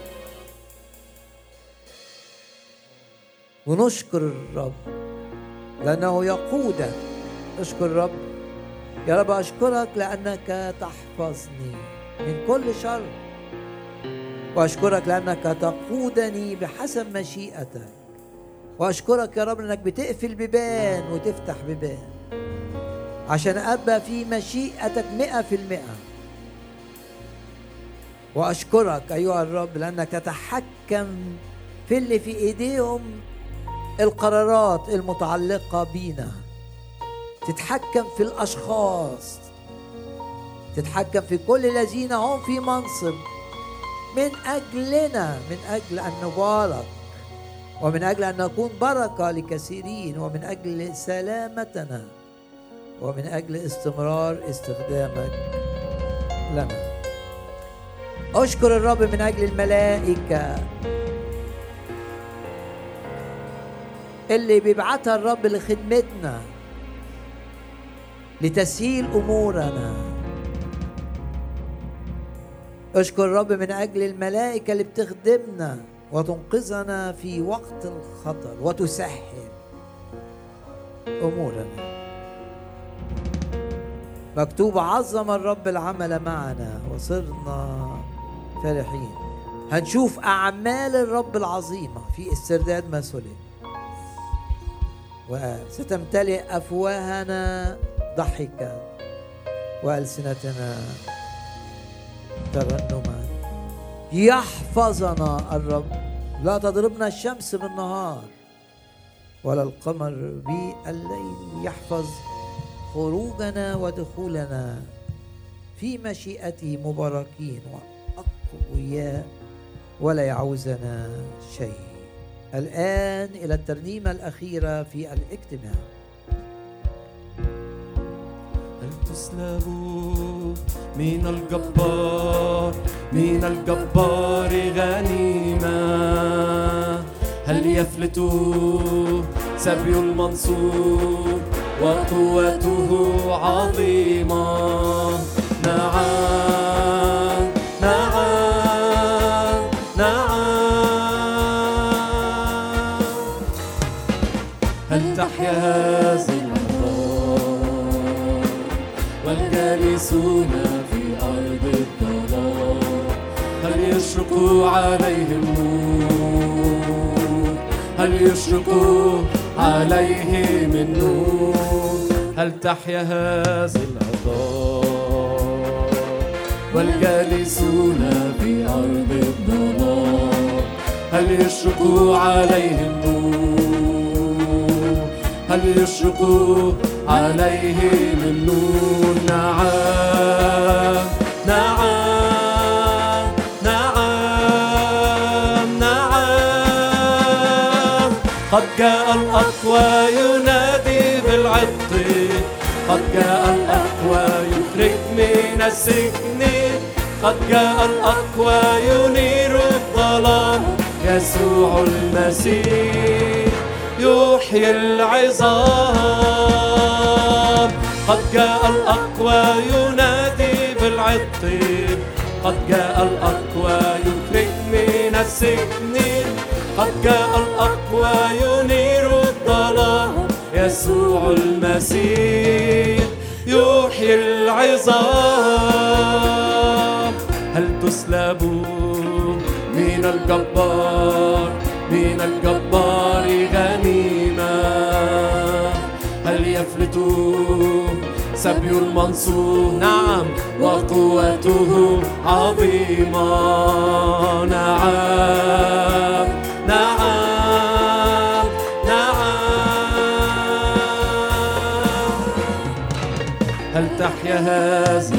ونشكر الرب لانه يقودك. اشكر الرب. يا رب اشكرك لانك تحفظني من كل شر، واشكرك لانك تقودني بحسب مشيئتك، واشكرك يا رب انك بتقفل بيبان وتفتح بيبان عشان ابقى في مشيئتك 100%. واشكرك ايها الرب لانك تتحكم في اللي في ايديهم القرارات المتعلقة بينا، تتحكم في الاشخاص، تتحكم في كل الذين هم في منصب من اجلنا، من اجل ان نبارك، ومن أجل أن نكون بركة لكثيرين، ومن أجل سلامتنا، ومن أجل استمرار استخدامك لنا. أشكر الرب من أجل الملائكة اللي بيبعتها الرب لخدمتنا لتسهيل أمورنا. أشكر الرب من أجل الملائكة اللي بتخدمنا وتنقذنا في وقت الخطر وتسهل أمورنا. مكتوب عظم الرب العمل معنا وصرنا فرحين. هنشوف أعمال الرب العظيمة في استرداد ما سلب، وستمتلئ أفواهنا ضحكا وألسنتنا ترنما. يحفظنا الرب، لا تضربنا الشمس بالنهار ولا القمر بالليل. يحفظ خروجنا ودخولنا في مشيئته مباركين وأقوياء ولا يعوزنا شيء. الآن إلى الترنيمة الأخيرة في الاجتماع. هل تسلبوا من الجبار، من الجبار غنيمة؟ هل يفلت سبي المنصور وقوته عظيمة؟ نعم نعم نعم. هل تحيا هذه الأرض والجالسون في أرض الضلال؟ هل يشرق عليهم نور؟ هل يشرق عليهم النور؟ هل تحيا هذه الأرض والجالسون في أرض الضلال؟ هل يشرق عليهم نور؟ هل يشرق عليهم النور؟ نعم نعم نعم نعم. قد جاء الأقوى ينادي بالعطر، قد جاء الأقوى يخرج من السجن، قد جاء الأقوى ينير الظلام. يسوع المسيح يحيي العظام. قد جاء الأقوى ينادي بالعطر، قد جاء الأقوى يخرج من السجن، قد جاء الأقوى ينير الظلام. يسوع المسيح يحيي العظام. هل تسلبوا من الجبار، من الجبار غنيمة؟ هل يفلت سبي المنصور؟ نعم، وقوته عظيمة. نعم نعم نعم. هل تحيا هذه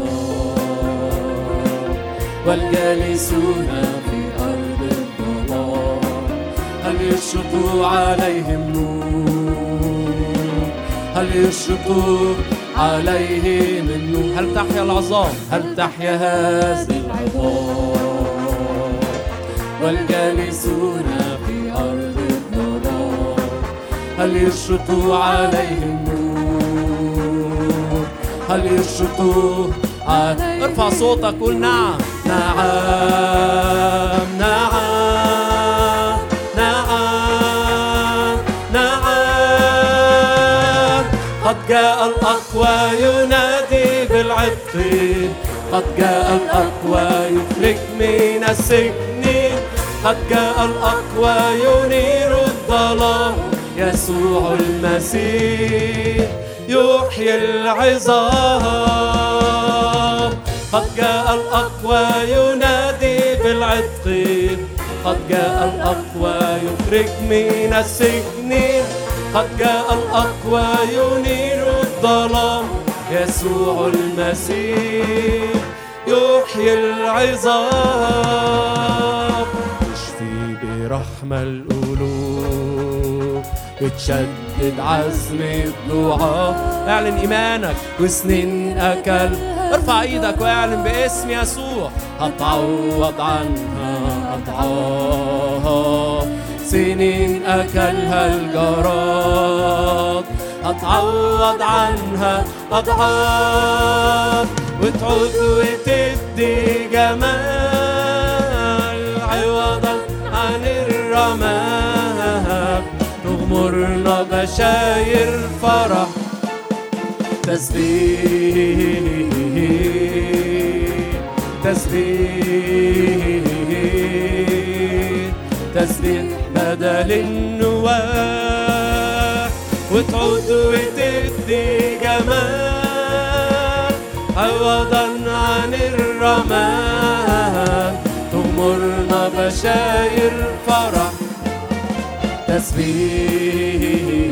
الأرض والجالسون في أرض الضلال؟ هل يشرق عليهم نور؟ هل يشرق عليهم النور؟ هل تحيا العظام؟ هل تحيا هذه العظام والجالسون في أرض الضلال؟ هل يشرق عليهم نور؟ هل يشرق عليهم؟ ارفع صوتك قول نعم نعم نعم نعم نعم. قد جاء الأقوى ينادي بالعطر، قد جاء الأقوى يخرج من السجن، قد جاء الأقوى ينير الظلام. يسوع المسيح يحيي العظام. قد جاء الأقوى ينادي بالعطر، قد جاء الأقوى يخرج من السجن، قد جاء الأقوى ينير الظلام. يسوع المسيح يحيي العظام. يشفي برحمة القلوب، بتشدد عزم الضعاف. اعلن إيمانك وسنين أكل. ارفع ايدك واعلن باسم يسوع. هتعوض عنها أضعاف، سنين أكلها الجراد. هتعوض عنها أضعاف، وتعود وتدي جمال عوضا عن الرماد. تغمرنا بشاير فرح، تسبيح تسبيح تسبيح بدل النواح. وتعود وتدي جمال عوضا عن الرماد. الرحمن، تغمرنا بشاير فرح. تسبيح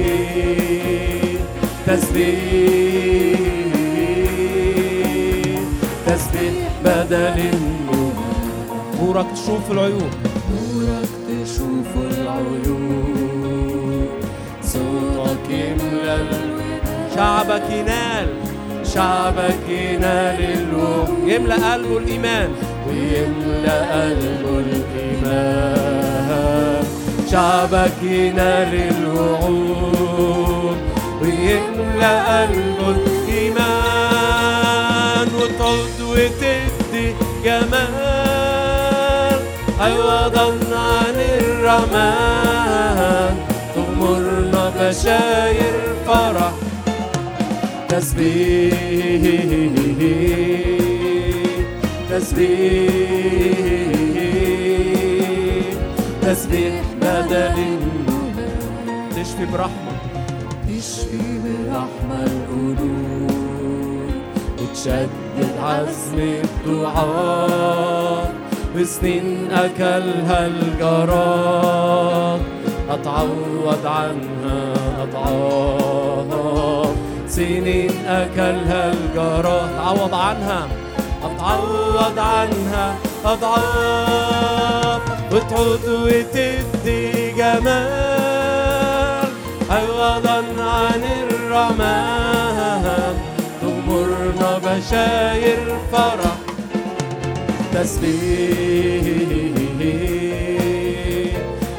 تسبيح تسبيح بدل النور. نورك تشوف العيوب، نورك تشوف العيوب، صوتك يملى شعبك ينال، شعبك ينال الوحي، يملى قلبه الإيمان ويملى قلبه الإيمان. شعبك ينال الوعود ويملى قلبه الإيمان، وتعود وتدي جمال عوضا عن الرحمن، تغمرنا بشاير فرح. تسبيح تسبيح تسبيح بدل النور. تشفي برحمة، تشفي برحمة القلوب، وتشدد عزم الدعاء، وسنين أكلها الجراد أتعوض عنها أضعاف. سنين أكلها الجراد أتعوض عنها، أتعوض عنها أضعاف. وتعود وتدي جمال عوضا عن الرحمن، تغمرنا بشاير فرح. تسبيح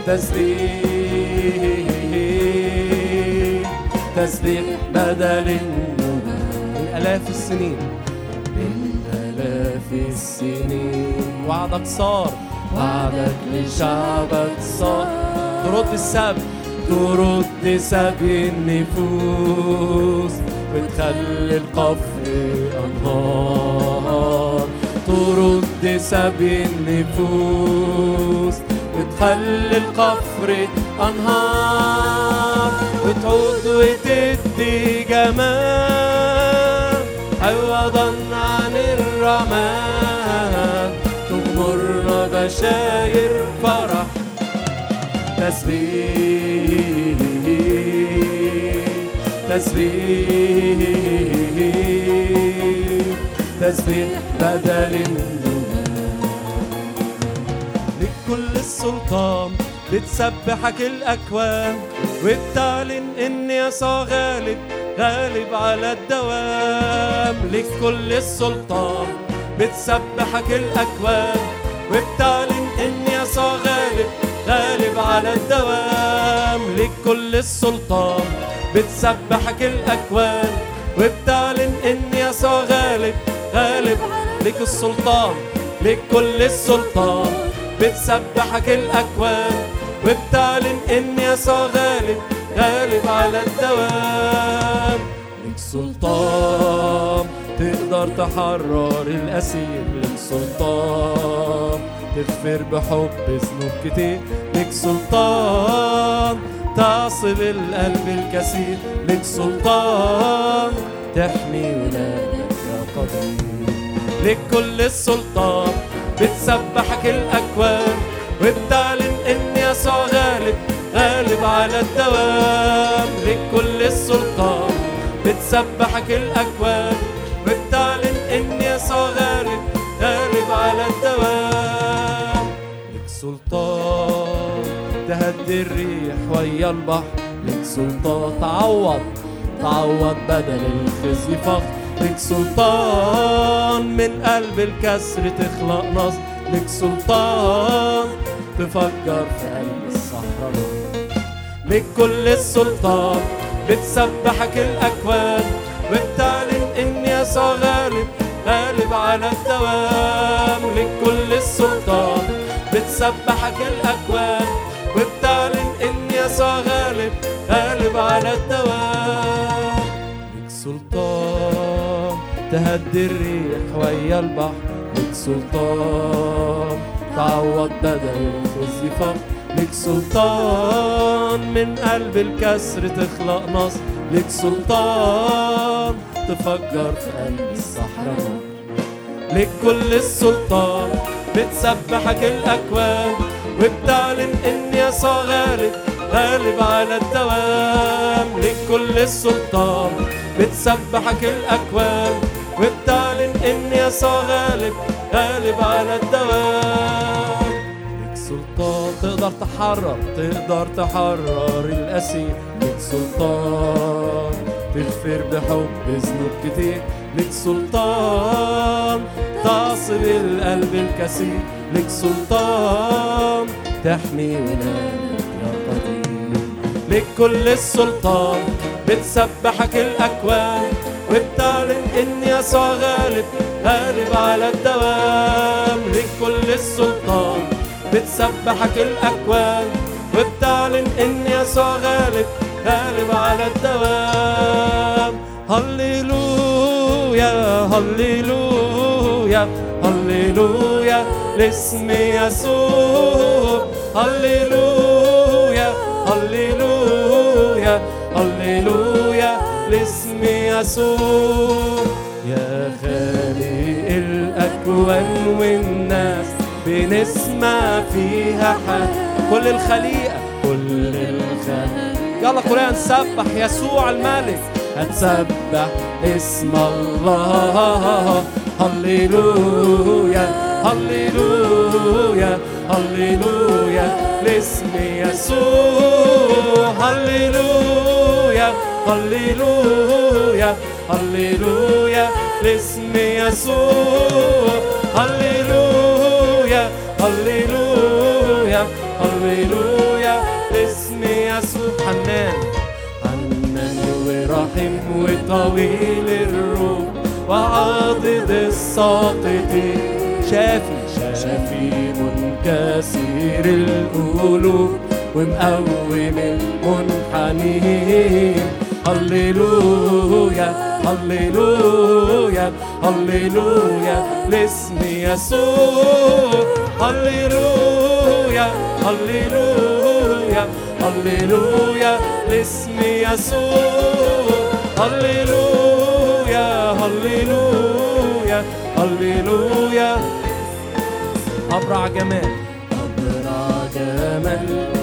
تسبيح تسبيح بدل النور. من آلاف السنين، من آلاف السنين وعدك صار، وعدك لشعبك صار. ترد السبي، ترد سبي النفوس، وتخلي القفر أنهار. ترد سبي النفوس، وتخلي القفر أنهار. وتعود وتدي جمال عوضا عن الرحمن، تغمرنا بشاير فرح. تسبيح تسبيح تسبيح بدل النور. لكل السلطان بتسبحك الأكوان، وبتعلن إن يسوع غالب، غالب على الدوام. لكل السلطان بتسبحك الأكوان، وبتعلن إن يسوع غالب، غالب على الدوام. لكل السلطان بتسبحك الأكوان، وبتعلن إن يسوع غالب، غالب. لك السلطان، لكل السلطان بتسبحك الأكوان، وبتعلن إن يسوع غالب، غالب على الدوام. لك سلطان تقدر تحرر الأسير، لك سلطان تغفر بحب ذنوب كتير، لك سلطان تصل القلب الكثير، لك سلطان تحمي ولادك يا قدير. لك كل السلطان بتسبحك الأكوان، وبتعلن إن يسوع غالب، غالب على الدوام. لك كل السلطان بتسبحك الأكوان، وبتعلن إن يسوع غالب، غالب على الدوام. لك سلطان تهدي الريح ويا البحر، لك سلطان تعوض بدل الخزي فخر. لك سلطان من قلب الكسر تخلق نصر، لك سلطان تفجر في قلب الصحراء. لك كل السلطان بتسبحك الأكوان، وبتعلن إن يسوع غالب، غالب على الدوام. لك كل السلطان بتسبحك الأكوان، وبتعلن إن يسوع غالب، غالب على الدوام. لك سلطان تهدي الريح ويا البحر، لك سلطان تعوض بدل الخزي فخر. لك سلطان من قلب الكسر تخلق نصر، لك سلطان تفجر في قلب الصحراء. لك كل السلطان، بتسبحك الأكوان وبتعلن إن يسوع غالب، غالب على الدوام. لك كل السلطان، بتسبحك الأكوان وبتعلن إن يسوع غالب، غالب على الدوام. لك سلطان تقدر تحرر الأسير، لك سلطان تغفر بحب ذنوب كتير، لك سلطان تعصب القلب الكثير، لك سلطان تحمي ولادك يا قدير. لك كل السلطان، بتسبحك الأكوان وبتعلن إن يسوع غالب، غالب على الدوام. لك كل السلطان، بتسبحك الأكوان وبتعلن إن يسوع غالب، غالب على الدوام. هللويا هللويا هللويا لاسم يسوع، هللويا هللويا هللويا لاسم يسوع. يا خالق الأكوان والناس بنسمع فيها حال كل الخليقة، كل الخليقة. يلا قرآن سبح يسوع الملك، هتسبح اسم الله. هللويا هللويا هللويا لاسم يسوع، هللويا هللويا هللويا لاسم يسوع، هللويا هللويا هللويا لاسم يسوع. حنان ورحيم وطويل الروح وعاضد الساقطين، شافي منكسر القلوب ومقوم المنحنين. هللويا هللويا هللويا لاسم يسوع، هللويا هللويا هللويا لاسم يسوع، هللويا هللويا هللويا. أبرع جمال أبرع جمال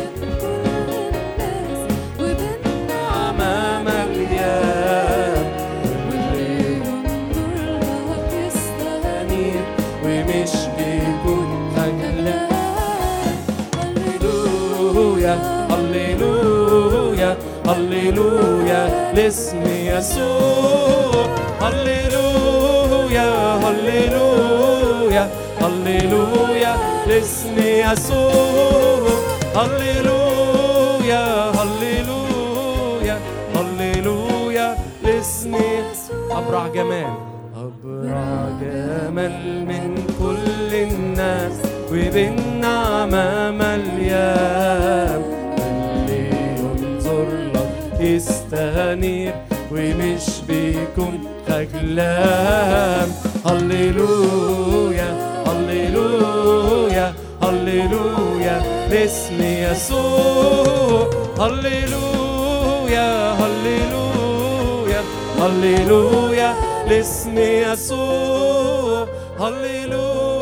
وبالنعمة مليان، واللي ينظر لك يستنير ومش بيكون خجلان. هللويا هللويا هللويا لاسم يسوع، هللويا هللويا هللويا لاسم يسوع، هللويا هللويا هللويا لاسم يسوع. أبرع جمال أبرع جمال من كل الناس وبالنعمة مليان، اللي ينظر لك يستنير ومش بيكون خجلان. هللويا هللويا هللويا لاسم يسوع، هللويا هللويا هللويا لاسم يسوع، هللويا